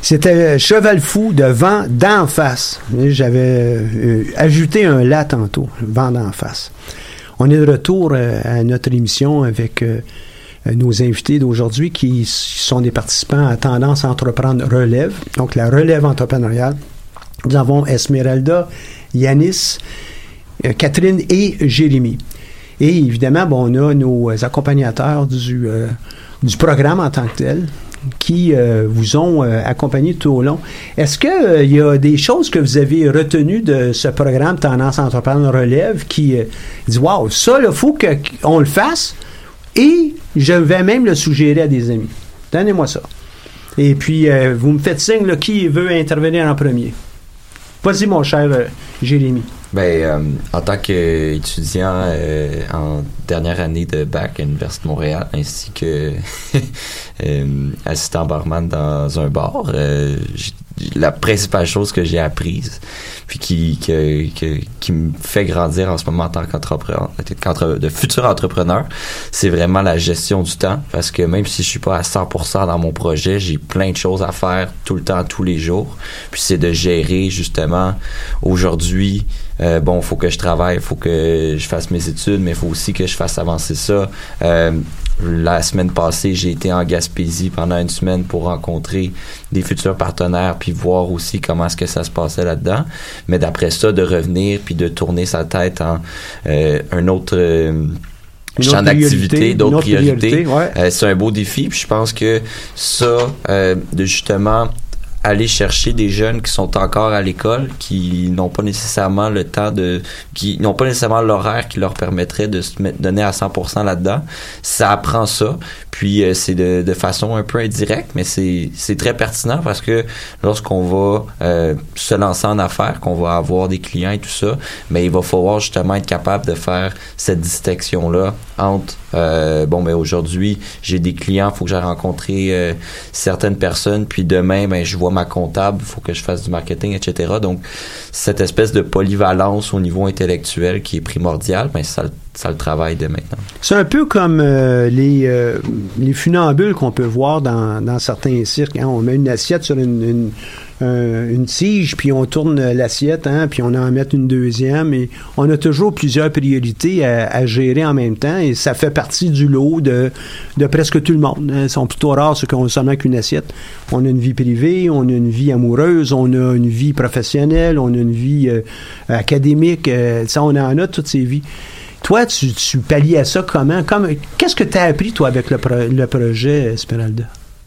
C'était Cheval Fou de Vent d'en face. J'avais ajouté un la tantôt, Vent d'en face. On est de retour à notre émission avec nos invités d'aujourd'hui qui sont des participants à Tendance à entreprendre relève, donc la relève entrepreneuriale. Nous avons Esmeralda, Yanis, Catherine et Jérémy. Et évidemment, on a nos accompagnateurs du programme en tant que tel qui vous ont accompagné tout au long. Est-ce qu'il y a des choses que vous avez retenues de ce programme Tendance à entreprendre relève qui dit « Wow, ça, il faut qu'on le fasse et je vais même le suggérer à des amis. Donnez-moi ça. » Et puis, vous me faites signe, là, qui veut intervenir en premier. Vas-y, mon cher Jérémy. En tant qu'étudiant en dernière année de bac à l'Université de Montréal, ainsi que assistant barman dans un bar, la principale chose que j'ai apprise, puis qui me fait grandir en ce moment en tant de futur entrepreneur, c'est vraiment la gestion du temps, parce que même si je suis pas à 100% dans mon projet, j'ai plein de choses à faire tout le temps, tous les jours, puis c'est de gérer justement aujourd'hui. Faut que je travaille, faut que je fasse mes études, mais il faut aussi que je fasse avancer ça. La semaine passée, j'ai été en Gaspésie pendant une semaine pour rencontrer des futurs partenaires puis voir aussi comment est-ce que ça se passait là-dedans. Mais d'après ça, de revenir puis de tourner sa tête en un autre champ d'activité, d'autres priorités. Ouais. C'est un beau défi. Puis je pense que ça, de justement aller chercher des jeunes qui sont encore à l'école, qui n'ont pas nécessairement le temps qui n'ont pas nécessairement l'horaire qui leur permettrait de se donner à 100% là-dedans. Ça apprend ça. Puis c'est de façon un peu indirecte, mais c'est très pertinent parce que lorsqu'on va se lancer en affaires, qu'on va avoir des clients et tout ça, mais il va falloir justement être capable de faire cette distinction-là entre aujourd'hui, j'ai des clients, il faut que j'aille rencontrer certaines personnes, puis demain, je vois ma comptable, il faut que je fasse du marketing, etc. Donc, cette espèce de polyvalence au niveau intellectuel qui est primordial, ça le travaille dès maintenant. C'est un peu comme les funambules qu'on peut voir dans certains cirques. Hein? On met une assiette sur une tige, puis on tourne l'assiette, puis on en met une deuxième, et on a toujours plusieurs priorités à gérer en même temps, et ça fait partie du lot de presque tout le monde. Ils sont plutôt rares ceux qui ont seulement qu'une assiette. On a une vie privée, on a une vie amoureuse, on a une vie professionnelle, on a une vie académique, ça, on en a toutes ces vies. Toi, tu pallies à ça comment? Qu'est-ce que tu as appris, toi, avec le projet Esmeralda?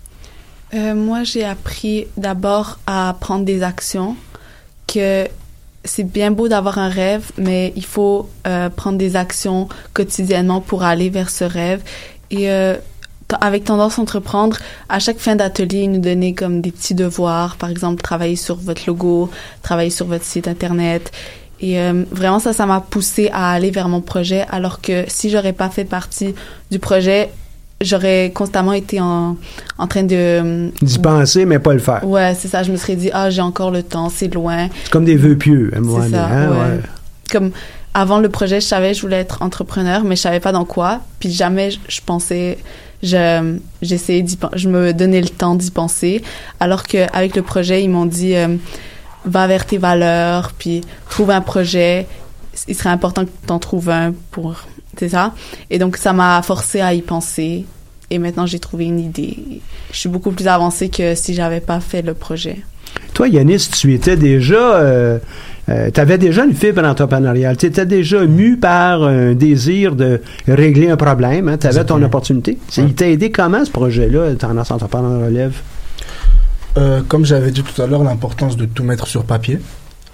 Moi, j'ai appris d'abord à prendre des actions, que c'est bien beau d'avoir un rêve, mais il faut prendre des actions quotidiennement pour aller vers ce rêve. Et avec Tendance à entreprendre, à chaque fin d'atelier, ils nous donnaient comme des petits devoirs, par exemple, travailler sur votre logo, travailler sur votre site Internet. Et vraiment, ça m'a poussé à aller vers mon projet, alors que si j'aurais pas fait partie du projet, j'aurais constamment été en train de... d'y penser, mais pas le faire. Ouais, c'est ça. Je me serais dit, j'ai encore le temps, c'est loin. C'est comme des vœux pieux, à un moment donné. Ouais. Comme, avant le projet, je savais que je voulais être entrepreneur, mais je savais pas dans quoi. Puis jamais je pensais... j'essayais je me donnais le temps d'y penser. Alors qu'avec le projet, ils m'ont dit... va vers tes valeurs, puis trouve un projet. Il serait important que tu en trouves un pour... C'est ça. Et donc, ça m'a forcé à y penser. Et maintenant, j'ai trouvé une idée. Je suis beaucoup plus avancée que si j'avais pas fait le projet. Toi, Yanis, tu étais déjà... tu avais déjà une fibre entrepreneuriale. Tu étais déjà mu par un désir de régler un problème. Hein? Tu avais ton opportunité. Ouais. Il t'a aidé comment, ce projet-là, Tendance à entreprendre relève? Comme j'avais dit tout à l'heure, l'importance de tout mettre sur papier.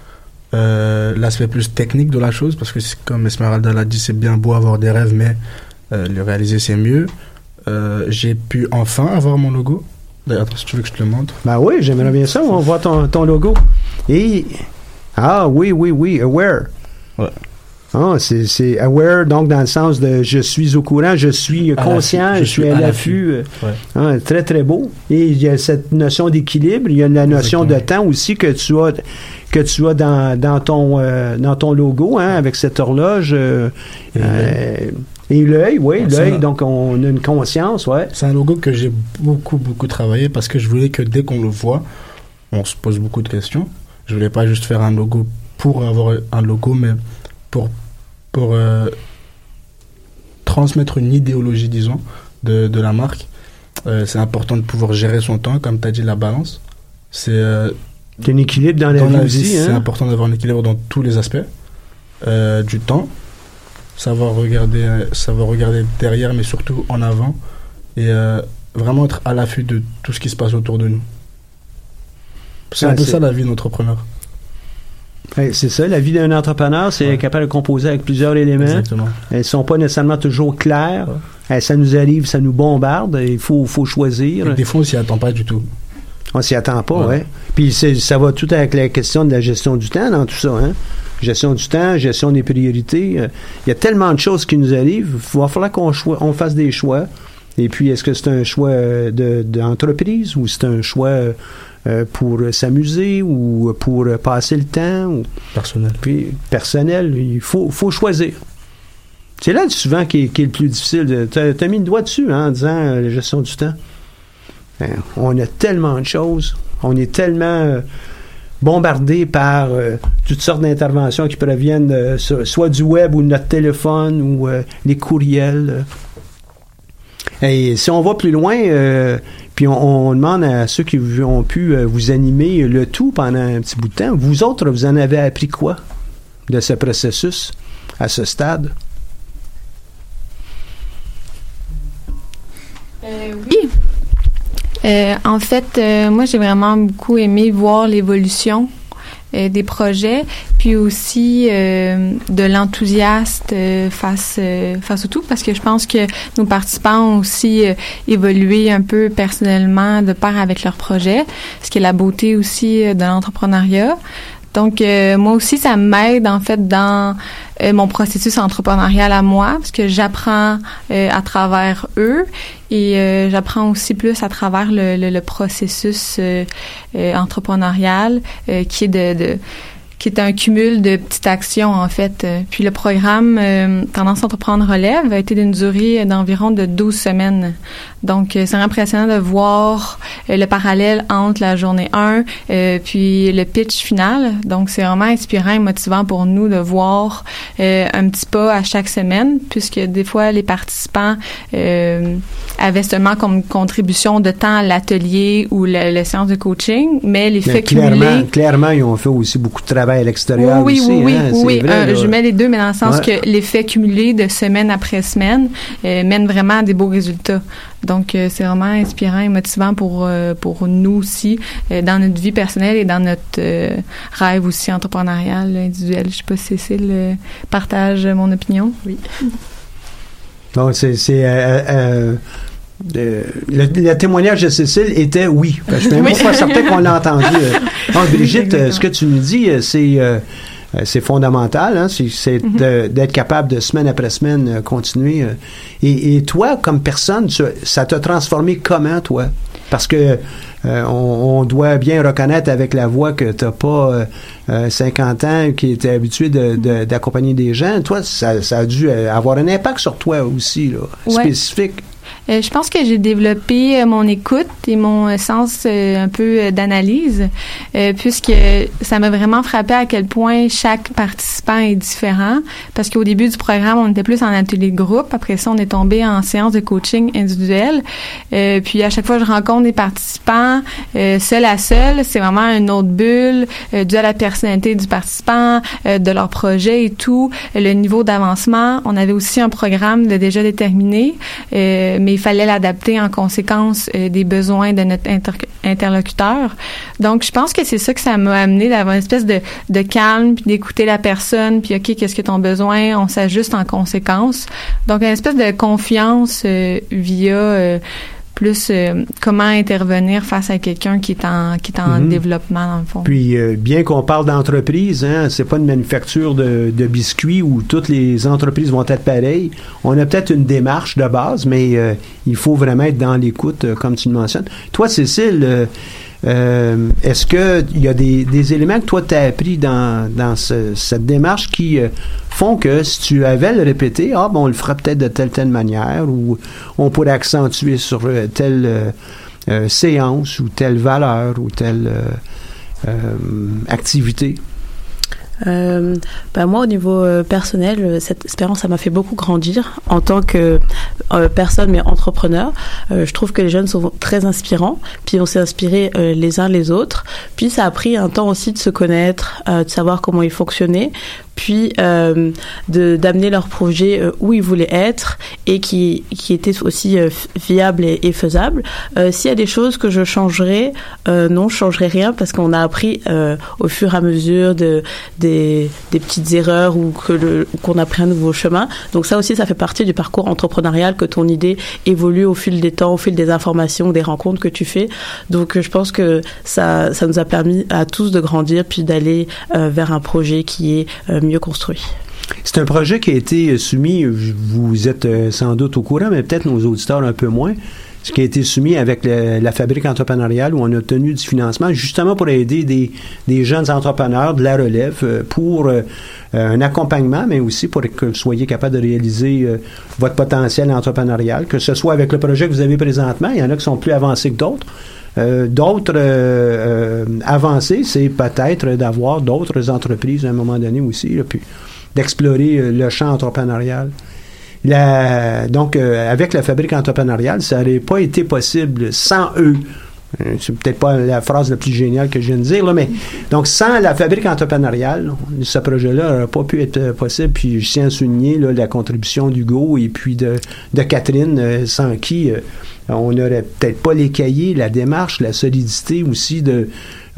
L'aspect plus technique de la chose, parce que comme Esmeralda l'a dit, c'est bien beau avoir des rêves, mais le réaliser, c'est mieux. J'ai pu enfin avoir mon logo. D'ailleurs, si tu veux que je te le montre. Ben oui, j'aimerais bien ça. On voit ton logo. Et... Ah oui, aware. Ouais. Ah, c'est aware, donc dans le sens de je suis au courant, je suis conscient, je suis à l'affût. Ouais. Très, très beau. Et il y a cette notion d'équilibre, il y a la notion de temps aussi que tu as dans ton logo, avec cette horloge. Et l'œil, l'œil, donc on a une conscience, ouais. C'est un logo que j'ai beaucoup, beaucoup travaillé parce que je voulais que dès qu'on le voit, on se pose beaucoup de questions. Je voulais pas juste faire un logo pour avoir un logo, mais pour transmettre une idéologie, disons, de la marque. C'est important de pouvoir gérer son temps, comme tu as dit, la balance. C'est un équilibre dans la vie aussi. C'est important d'avoir un équilibre dans tous les aspects du temps. Savoir regarder derrière, mais surtout en avant. Et vraiment être à l'affût de tout ce qui se passe autour de nous. C'est un peu ça la vie d'entrepreneur. Ouais, c'est ça, la vie d'un entrepreneur, c'est être capable de composer avec plusieurs éléments. Exactement. Elles ne sont pas nécessairement toujours claires. Ouais. Ça nous arrive, ça nous bombarde. Il faut choisir. Et des fois, on s'y attend pas du tout. On s'y attend pas, oui. Puis ça va tout avec la question de la gestion du temps dans tout ça, hein? Gestion du temps, gestion des priorités. Il y a tellement de choses qui nous arrivent. Il va falloir qu'on fasse des choix. Et puis, est-ce que c'est un choix d'entreprise ou c'est un choix pour s'amuser ou pour passer le temps? Ou... Personnel. Puis, personnel, il faut choisir. C'est là souvent qui est le plus difficile. T'as mis le doigt dessus en disant la gestion du temps. On a tellement de choses. On est tellement bombardé par toutes sortes d'interventions qui proviennent soit du web ou de notre téléphone ou les courriels. Et si on va plus loin, puis on demande à ceux qui ont pu vous animer le tout pendant un petit bout de temps, vous autres, vous en avez appris quoi de ce processus à ce stade? Oui. En fait, moi, j'ai vraiment beaucoup aimé voir l'évolution des projets, puis aussi de l'enthousiasme face au tout, parce que je pense que nos participants ont aussi évolué un peu personnellement de pair avec leurs projets, ce qui est la beauté aussi de l'entrepreneuriat. Donc, moi aussi, ça m'aide, en fait, dans mon processus entrepreneurial à moi, parce que j'apprends à travers eux et j'apprends aussi plus à travers le processus entrepreneurial qui est qui est un cumul de petites actions, en fait. Puis le programme Tendance Entreprendre Relève a été d'une durée d'environ de 12 semaines. Donc, c'est impressionnant de voir le parallèle entre la journée 1 puis le pitch final. Donc, c'est vraiment inspirant et motivant pour nous de voir un petit pas à chaque semaine, puisque des fois, les participants avaient seulement comme contribution de temps à l'atelier ou la séance de coaching, mais les faits cumulés... Clairement, ils ont fait aussi beaucoup de travail à l'extérieur oui, aussi. Oui. Je mets les deux, mais dans le sens que l'effet cumulé de semaine après semaine mène vraiment à des beaux résultats. Donc, c'est vraiment inspirant et motivant pour nous aussi, dans notre vie personnelle et dans notre rêve aussi entrepreneurial, individuel. Je sais pas si Cécile partage mon opinion. Oui. Donc, le témoignage de Cécile était oui. Je suis même pas certain qu'on l'a entendu. Brigitte, ce que tu nous dis, c'est fondamental, hein? C'est d'être capable de semaine après semaine continuer. Et toi, comme personne, ça t'a transformé comment, toi? Parce que on doit bien reconnaître avec la voix que t'as pas 50 ans, qui était habitué d'accompagner des gens. Toi, ça a dû avoir un impact sur toi aussi, là, spécifique. Je pense que j'ai développé mon écoute et mon sens un peu d'analyse, puisque ça m'a vraiment frappé à quel point chaque participant est différent. Parce qu'au début du programme, on était plus en atelier de groupe. Après ça, on est tombé en séance de coaching individuel. Puis à chaque fois, je rencontre des participants seul à seul. C'est vraiment une autre bulle due à la personnalité du participant, de leur projet et tout, le niveau d'avancement. On avait aussi un programme déjà déterminé, mais il fallait l'adapter en conséquence des besoins de notre interlocuteur. Donc, je pense que c'est ça que ça m'a amené d'avoir une espèce de calme, puis d'écouter la personne, puis OK, qu'est-ce que ton besoin? On s'ajuste en conséquence. Donc, une espèce de confiance via plus comment intervenir face à quelqu'un qui est en développement, dans le fond. Puis, bien qu'on parle d'entreprise, hein, c'est pas une manufacture de biscuits où toutes les entreprises vont être pareilles. On a peut-être une démarche de base, mais il faut vraiment être dans l'écoute, comme tu le mentionnes. Toi, Cécile, est-ce qu'il y a des éléments que toi, tu as appris dans cette démarche qui font que si tu avais le répété, on le fera peut-être de telle manière, ou on pourrait accentuer sur telle séance ou telle valeur ou telle activité? Moi, au niveau personnel, cette expérience, ça m'a fait beaucoup grandir en tant que personne, mais entrepreneur. Je trouve que les jeunes sont très inspirants, puis on s'est inspirés les uns les autres. Puis ça a pris un temps aussi de se connaître, de savoir comment ils fonctionnaient, puis d'amener leur projet où ils voulaient être et qui était aussi viable et faisable. S'il y a des choses que je changerais, non, je changerais rien parce qu'on a appris au fur et à mesure des petites erreurs ou qu'on a pris un nouveau chemin. Donc ça aussi, ça fait partie du parcours entrepreneurial, que ton idée évolue au fil des temps, au fil des informations, des rencontres que tu fais. Donc je pense que ça nous a permis à tous de grandir puis d'aller vers un projet qui est mieux construit. C'est un projet qui a été soumis, vous êtes sans doute au courant, mais peut-être nos auditeurs un peu moins, ce qui a été soumis avec la fabrique entrepreneuriale où on a obtenu du financement justement pour aider des jeunes entrepreneurs de la relève pour un accompagnement, mais aussi pour que vous soyez capable de réaliser votre potentiel entrepreneurial, que ce soit avec le projet que vous avez présentement. Il y en a qui sont plus avancés que d'autres. D'autres avancées, c'est peut-être d'avoir d'autres entreprises à un moment donné aussi, là, puis d'explorer le champ entrepreneurial. Donc, avec la fabrique entrepreneuriale, ça n'aurait pas été possible sans eux. C'est peut-être pas la phrase la plus géniale que je viens de dire, là, mais donc sans la fabrique entrepreneuriale, ce projet-là n'aurait pas pu être possible. Puis je tiens à souligner là, la contribution d'Hugo et puis de Catherine, sans qui on n'aurait peut-être pas les cahiers, la démarche, la solidité aussi des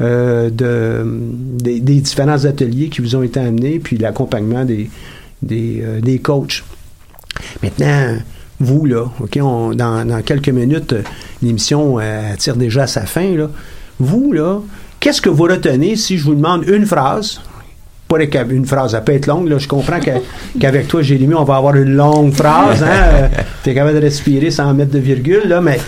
différents ateliers qui vous ont été amenés, puis l'accompagnement des coachs. Maintenant, vous, là, OK, dans quelques minutes, l'émission tire déjà à sa fin, là. Vous, là, qu'est-ce que vous retenez si je vous demande une phrase? Pas une phrase, ça peut être longue, là. Je comprends qu'avec toi, Jérémy, on va avoir une longue phrase, hein? T'es capable de respirer sans mettre de virgule, là, mais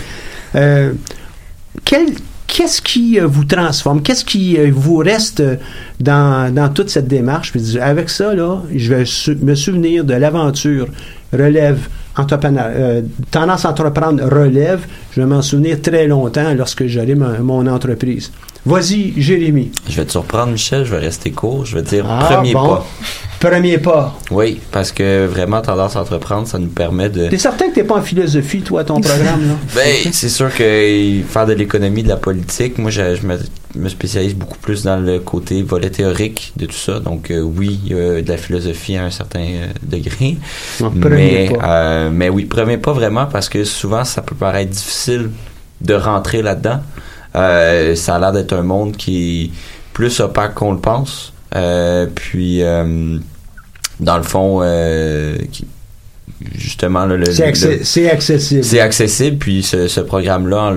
qu'est-ce qui vous transforme? Qu'est-ce qui vous reste dans toute cette démarche? Puis, avec ça, là, je vais me souvenir de l'aventure relève, tendance à entreprendre relève. Je vais m'en souvenir très longtemps lorsque j'aurai mon entreprise. Vas-y, Jérémy. Je vais te surprendre, Michel. Je vais rester court. Je vais dire premier pas. Premier pas. Oui, parce que vraiment, tendance à entreprendre, ça nous permet de... T'es certain que t'es pas en philosophie, toi, ton programme, là? Ben, c'est sûr que faire de l'économie, de la politique, moi, je me spécialise beaucoup plus dans le côté volet théorique de tout ça. Donc, oui, il y a de la philosophie à un certain degré. Mais oui, premier pas vraiment, parce que souvent, ça peut paraître difficile de rentrer là-dedans. Ça a l'air d'être un monde qui est plus opaque qu'on le pense. Puis, dans le fond, justement, c'est accessible. C'est accessible, puis ce programme-là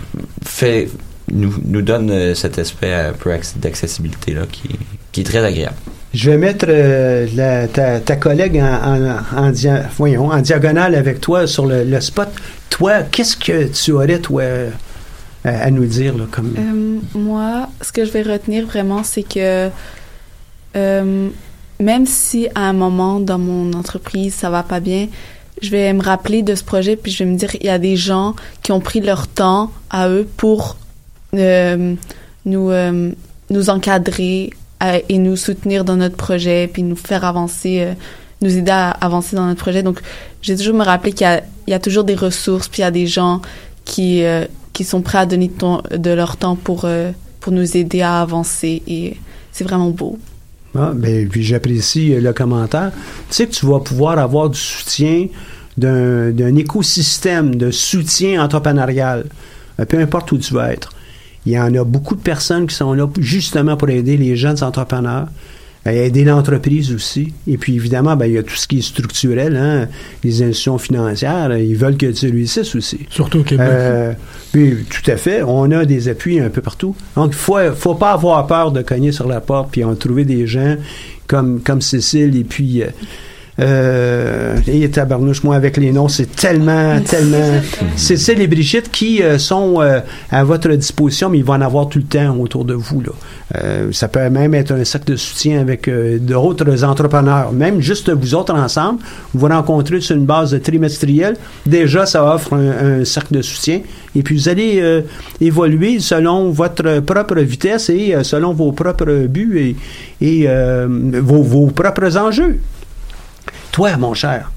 nous donne cet aspect un peu d'accessibilité-là qui est très agréable. Je vais mettre ta collègue en diagonale avec toi sur le spot. Toi, qu'est-ce que tu aurais, toi, à nous dire, là, comme... Moi, ce que je vais retenir vraiment, c'est que même si à un moment dans mon entreprise ça va pas bien, je vais me rappeler de ce projet, puis je vais me dire, il y a des gens qui ont pris leur temps à eux pour nous encadrer et nous soutenir dans notre projet, puis nous faire avancer, nous aider à avancer dans notre projet. Donc, j'ai toujours me rappeler qu'il y a toujours des ressources, puis il y a des gens qui sont prêts à donner de leur temps pour nous aider à avancer, et c'est vraiment beau. Ah, ben, puis j'apprécie le commentaire. Tu sais que tu vas pouvoir avoir du soutien d'un écosystème de soutien entrepreneurial, peu importe où tu vas être. Il y en a beaucoup de personnes qui sont là justement pour aider les jeunes entrepreneurs, aider l'entreprise aussi. Et puis évidemment, ben, il y a tout ce qui est structurel, hein, les institutions financières, ils veulent que tu réussisses aussi. Surtout au Québec. Puis tout à fait, on a des appuis un peu partout. Donc il faut pas avoir peur de cogner sur la porte, puis on va trouver des gens comme Cécile et puis Et tabarnouche, moi, avec les noms, c'est tellement... C'est les Brigitte qui sont à votre disposition, mais ils vont en avoir tout le temps autour de vous, là. Ça peut même être un cercle de soutien avec d'autres entrepreneurs. Même juste vous autres ensemble, vous vous rencontrez sur une base trimestrielle. Déjà, ça offre un cercle de soutien. Et puis, vous allez évoluer selon votre propre vitesse et selon vos propres buts et vos propres enjeux. Toi, mon cher.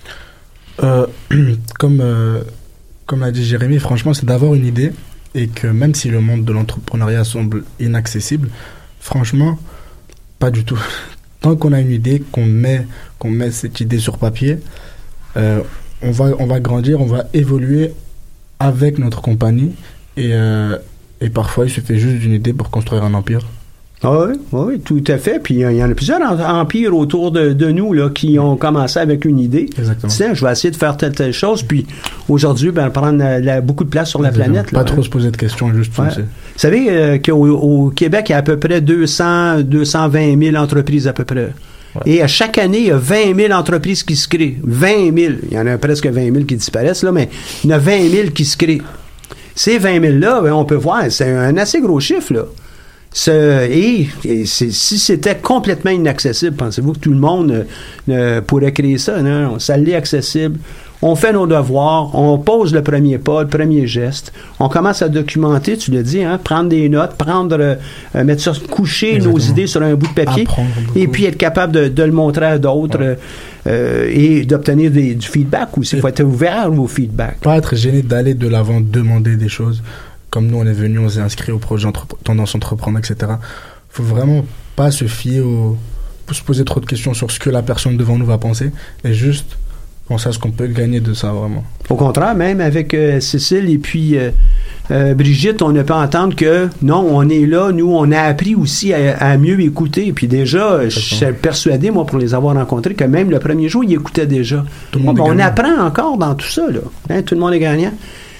Comme l'a dit Jérémy, franchement, c'est d'avoir une idée et que même si le monde de l'entrepreneuriat semble inaccessible, franchement, pas du tout. Tant qu'on a une idée, qu'on met cette idée sur papier, on va grandir, on va évoluer avec notre compagnie et parfois il suffit juste d'une idée pour construire un empire. Oui, tout à fait. Puis il y en a plusieurs empires autour de nous là, qui ont commencé avec une idée. Exactement. Tiens, je vais essayer de faire telle chose. Puis aujourd'hui, prendre beaucoup de place sur la planète. Pas trop se poser de questions, juste foncer. Vous savez qu'au Québec, il y a à peu près 220 000 entreprises à peu près. Ouais. Et à chaque année, il y a 20 000 entreprises qui se créent. 20 000. Il y en a presque 20 000 qui disparaissent, là, mais il y en a 20 000 qui se créent. Ces 20 000-là, on peut voir, c'est un assez gros chiffre, là. Si c'était complètement inaccessible, pensez-vous que tout le monde pourrait créer ça? Non, ça l'est accessible. On fait nos devoirs, on pose le premier pas, le premier geste. On commence à documenter, tu l'as dit, prendre des notes, mettre ça, coucher Exactement. Nos idées sur un bout de papier et puis être capable de le montrer à d'autres et d'obtenir du feedback aussi. Il faut être ouvert au feedback. Pas être gêné d'aller de l'avant, demander des choses. Comme nous, on est venus, on s'est inscrit au projet Tendance Entreprendre, etc. Faut vraiment pas se fier se poser trop de questions sur ce que la personne devant nous va penser et juste penser à ce qu'on peut gagner de ça, vraiment. Au contraire, même avec Cécile et puis Brigitte, on ne peut entendre que non, on est là, nous, on a appris aussi à mieux écouter. Et puis déjà, je suis persuadé, moi, pour les avoir rencontrés, que même le premier jour, ils écoutaient déjà. On apprend encore dans tout ça, là. Tout le monde est gagnant.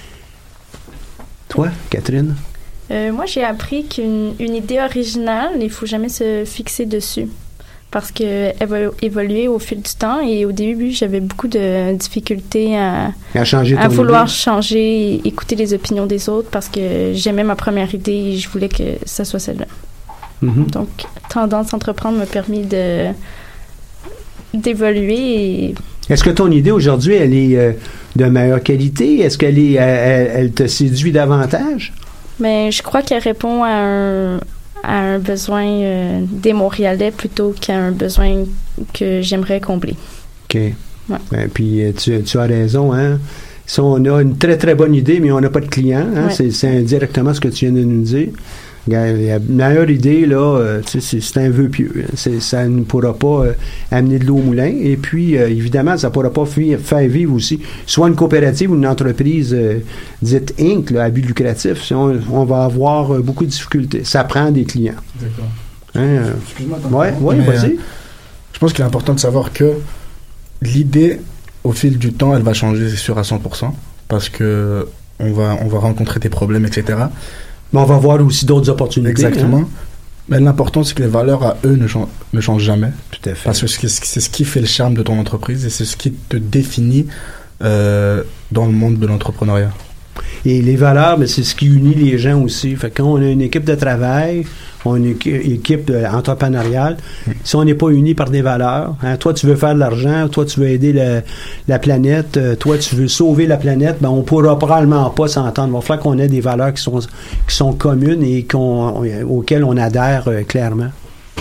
Toi, Catherine? Moi, j'ai appris qu'une idée originale, il ne faut jamais se fixer dessus parce qu'elle va évoluer au fil du temps. Et au début, j'avais beaucoup de difficultés à vouloir changer et écouter les opinions des autres parce que j'aimais ma première idée et je voulais que ça soit celle-là. Mm-hmm. Donc, Tendance Entreprendre m'a permis d'évoluer et... Est-ce que ton idée aujourd'hui, elle est de meilleure qualité? Est-ce qu'elle elle te séduit davantage? Mais je crois qu'elle répond à un besoin des Montréalais plutôt qu'à un besoin que j'aimerais combler. OK. Ouais. Puis tu as raison, hein? Si on a une très, très bonne idée, mais on n'a pas de clients, hein? Ouais. C'est indirectement ce que tu viens de nous dire. La meilleure idée, là, c'est un vœu pieux. Ça ne pourra pas amener de l'eau au moulin. Et puis, évidemment, ça ne pourra pas faire vivre aussi soit une coopérative ou une entreprise dite Inc., là, à but lucratif. On va avoir beaucoup de difficultés. Ça prend des clients. D'accord. Excuse-moi. Oui, vas-y. Je pense qu'il est important de savoir que l'idée, au fil du temps, elle va changer, c'est sûr, à 100%. Parce que on va rencontrer des problèmes, etc. Mais on va voir aussi d'autres opportunités. Exactement. Mais l'important, c'est que les valeurs à eux ne changent jamais. Tout à fait. Parce que c'est ce qui fait le charme de ton entreprise et c'est ce qui te définit dans le monde de l'entrepreneuriat. Et les valeurs, c'est ce qui unit les gens aussi. Fait que quand on a une équipe de travail, on a une équipe entrepreneuriale, si on n'est pas unis par des valeurs, toi tu veux faire de l'argent, toi tu veux aider la planète, toi tu veux sauver la planète, on ne pourra probablement pas s'entendre. Il va falloir qu'on ait des valeurs qui sont communes et auxquelles on adhère clairement.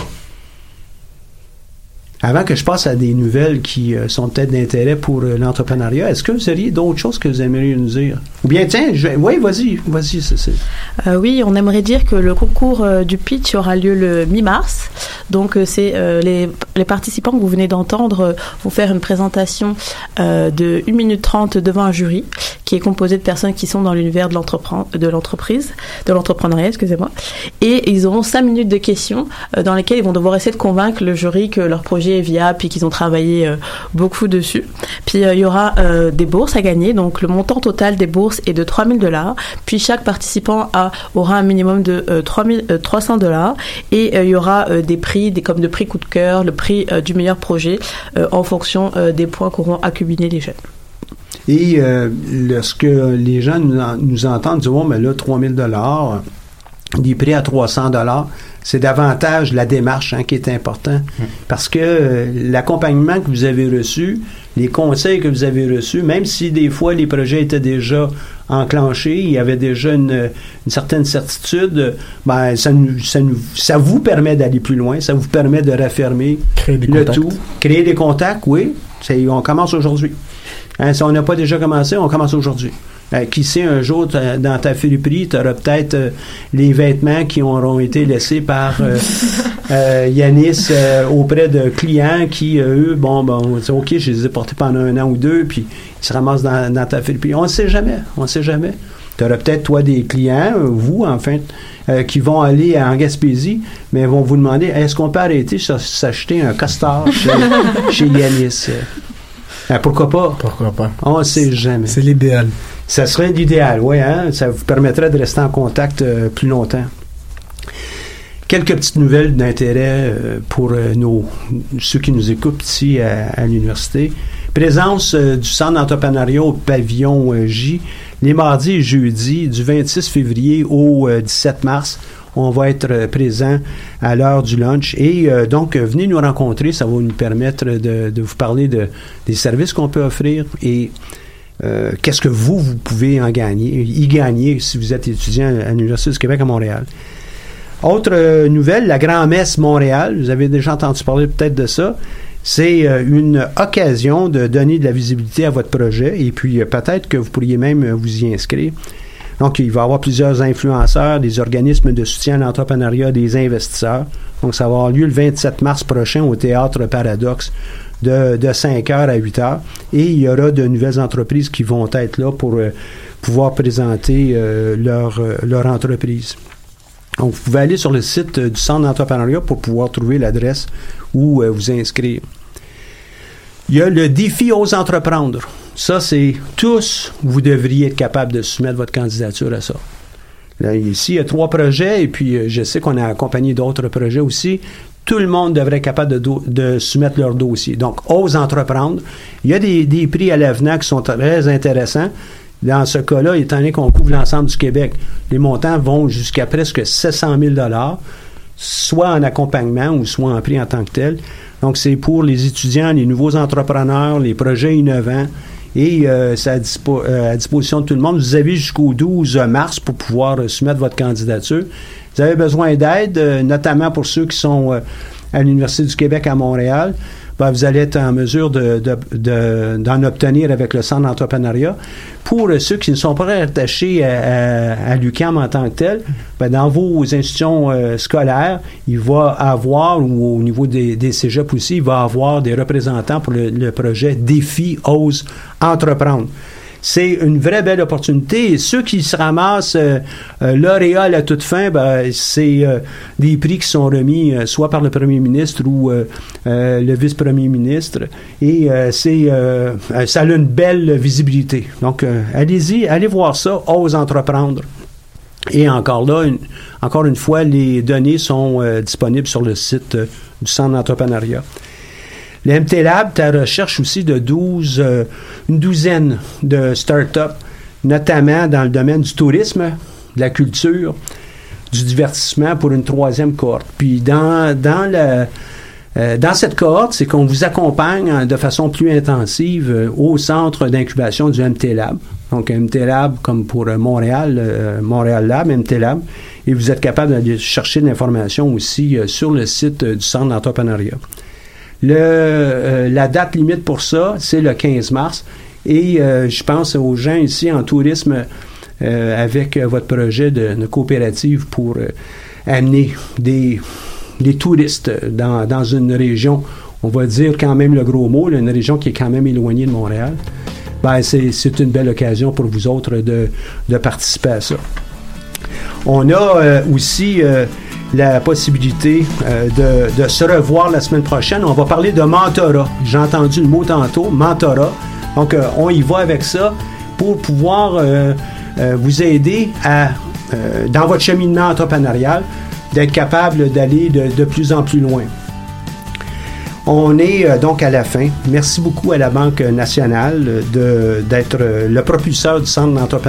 Avant que je passe à des nouvelles qui sont peut-être d'intérêt pour l'entrepreneuriat, est-ce que vous auriez d'autres choses que vous aimeriez nous dire? Ou bien, tiens, oui, vas-y, Cécile. Oui, on aimerait dire que le concours du pitch aura lieu le mi-mars. Donc, c'est les participants que vous venez d'entendre vont faire une présentation de 1 minute 30 devant un jury qui est composé de personnes qui sont dans l'univers de l'entrepreneuriat, excusez-moi. Et ils auront 5 minutes de questions dans lesquelles ils vont devoir essayer de convaincre le jury que leur projet est viable puis qu'ils ont travaillé beaucoup dessus. Puis il y aura des bourses à gagner. Donc le montant total des bourses bourse est de $3,000. Puis chaque participant aura un minimum de $300. Et il y aura des prix, comme le prix coup de cœur, le prix du meilleur projet, en fonction des points qu'auront accumulés les jeunes. Et lorsque les gens nous entendent dire, mais là, $3,000, des prix à $300, c'est davantage la démarche qui est important. Parce que l'accompagnement que vous avez reçu, les conseils que vous avez reçus, même si des fois les projets étaient déjà enclenchés, il y avait déjà une certaine certitude, ça vous permet d'aller plus loin, ça vous permet de raffermer le tout. Créer des contacts, oui. On commence aujourd'hui. Si on n'a pas déjà commencé, on commence aujourd'hui. Qui sait, un jour, dans ta friperie, tu auras peut-être les vêtements qui auront été laissés par Yanis auprès de clients qui, eux, c'est OK, je les ai portés pendant 1 an ou 2, puis ils se ramassent dans ta friperie. On ne sait jamais. Tu auras peut-être, toi, des clients, vous, enfin, qui vont aller en Gaspésie, mais vont vous demander, est-ce qu'on peut arrêter de s'acheter un costard chez Yanis? Pourquoi pas? On ne sait jamais. C'est l'idéal. Ça serait l'idéal, oui. Ça vous permettrait de rester en contact plus longtemps. Quelques petites nouvelles d'intérêt pour ceux qui nous écoutent ici à l'université. Présence du centre d'entrepreneuriat au pavillon J, les mardis et jeudis, du 26 février au 17 mars. On va être présent à l'heure du lunch. Et donc, venez nous rencontrer. Ça va nous permettre de vous parler des services qu'on peut offrir et qu'est-ce que vous pouvez y gagner si vous êtes étudiant à l'Université du Québec à Montréal. Autre nouvelle, la Grand-Messe Montréal. Vous avez déjà entendu parler peut-être de ça. C'est une occasion de donner de la visibilité à votre projet et puis peut-être que vous pourriez même vous y inscrire. Donc, il va y avoir plusieurs influenceurs, des organismes de soutien à l'entrepreneuriat, des investisseurs. Donc, ça va avoir lieu le 27 mars prochain au Théâtre Paradoxe de 5h à 8h. Et il y aura de nouvelles entreprises qui vont être là pour pouvoir présenter leur entreprise. Donc, vous pouvez aller sur le site du Centre d'entrepreneuriat pour pouvoir trouver l'adresse où vous inscrire. Il y a le défi Ose entreprendre. Ça, c'est tous, vous devriez être capable de soumettre votre candidature à ça. Là, ici, il y a 3 projets, et puis je sais qu'on a accompagné d'autres projets aussi. Tout le monde devrait être capable de soumettre leur dossier. Donc, Ose entreprendre. Il y a des prix à l'avenant qui sont très intéressants. Dans ce cas-là, étant donné qu'on couvre l'ensemble du Québec, les montants vont jusqu'à presque 700 000 $, soit en accompagnement ou soit en prix en tant que tel. Donc, c'est pour les étudiants, les nouveaux entrepreneurs, les projets innovants, et c'est à disposition de tout le monde. Vous avez jusqu'au 12 mars pour pouvoir soumettre votre candidature. Vous avez besoin d'aide, notamment pour ceux qui sont à l'Université du Québec à Montréal. Vous allez être en mesure d'en obtenir avec le Centre d'entrepreneuriat. Pour ceux qui ne sont pas rattachés à l'UQAM en tant que tel, dans vos institutions scolaires, il va avoir, ou au niveau des cégeps aussi, il va avoir des représentants pour le projet Défi Ose entreprendre. C'est une vraie belle opportunité. Et ceux qui se ramassent lauréats à la toute fin, c'est des prix qui sont remis soit par le premier ministre ou le vice-premier ministre. Et ça a une belle visibilité. Donc, allez-y, allez voir ça, Ose entreprendre. Et encore une fois, les données sont disponibles sur le site du Centre d'entrepreneuriat. Le MT Lab, tu recherche aussi de une douzaine de start-up, notamment dans le domaine du tourisme, de la culture, du divertissement pour une 3e cohorte. Puis dans cette cohorte, c'est qu'on vous accompagne de façon plus intensive au centre d'incubation du MT Lab. Donc, MT Lab, comme pour Montréal, Montréal Lab, MT Lab. Et vous êtes capable d'aller chercher de l'information aussi sur le site du Centre d'entrepreneuriat. La date limite pour ça, c'est le 15 mars. Et je pense aux gens ici en tourisme avec votre projet de coopérative pour amener des touristes dans une région, on va dire quand même le gros mot, une région qui est quand même éloignée de Montréal. C'est une belle occasion pour vous autres de participer à ça. On a aussi la possibilité de se revoir la semaine prochaine. On va parler de mentorat. J'ai entendu le mot tantôt, mentorat. Donc, on y va avec ça pour pouvoir vous aider à, dans votre cheminement entrepreneurial, d'être capable d'aller de plus en plus loin. On est donc à la fin. Merci beaucoup à la Banque nationale d'être le propulseur du Centre d'entrepreneuriat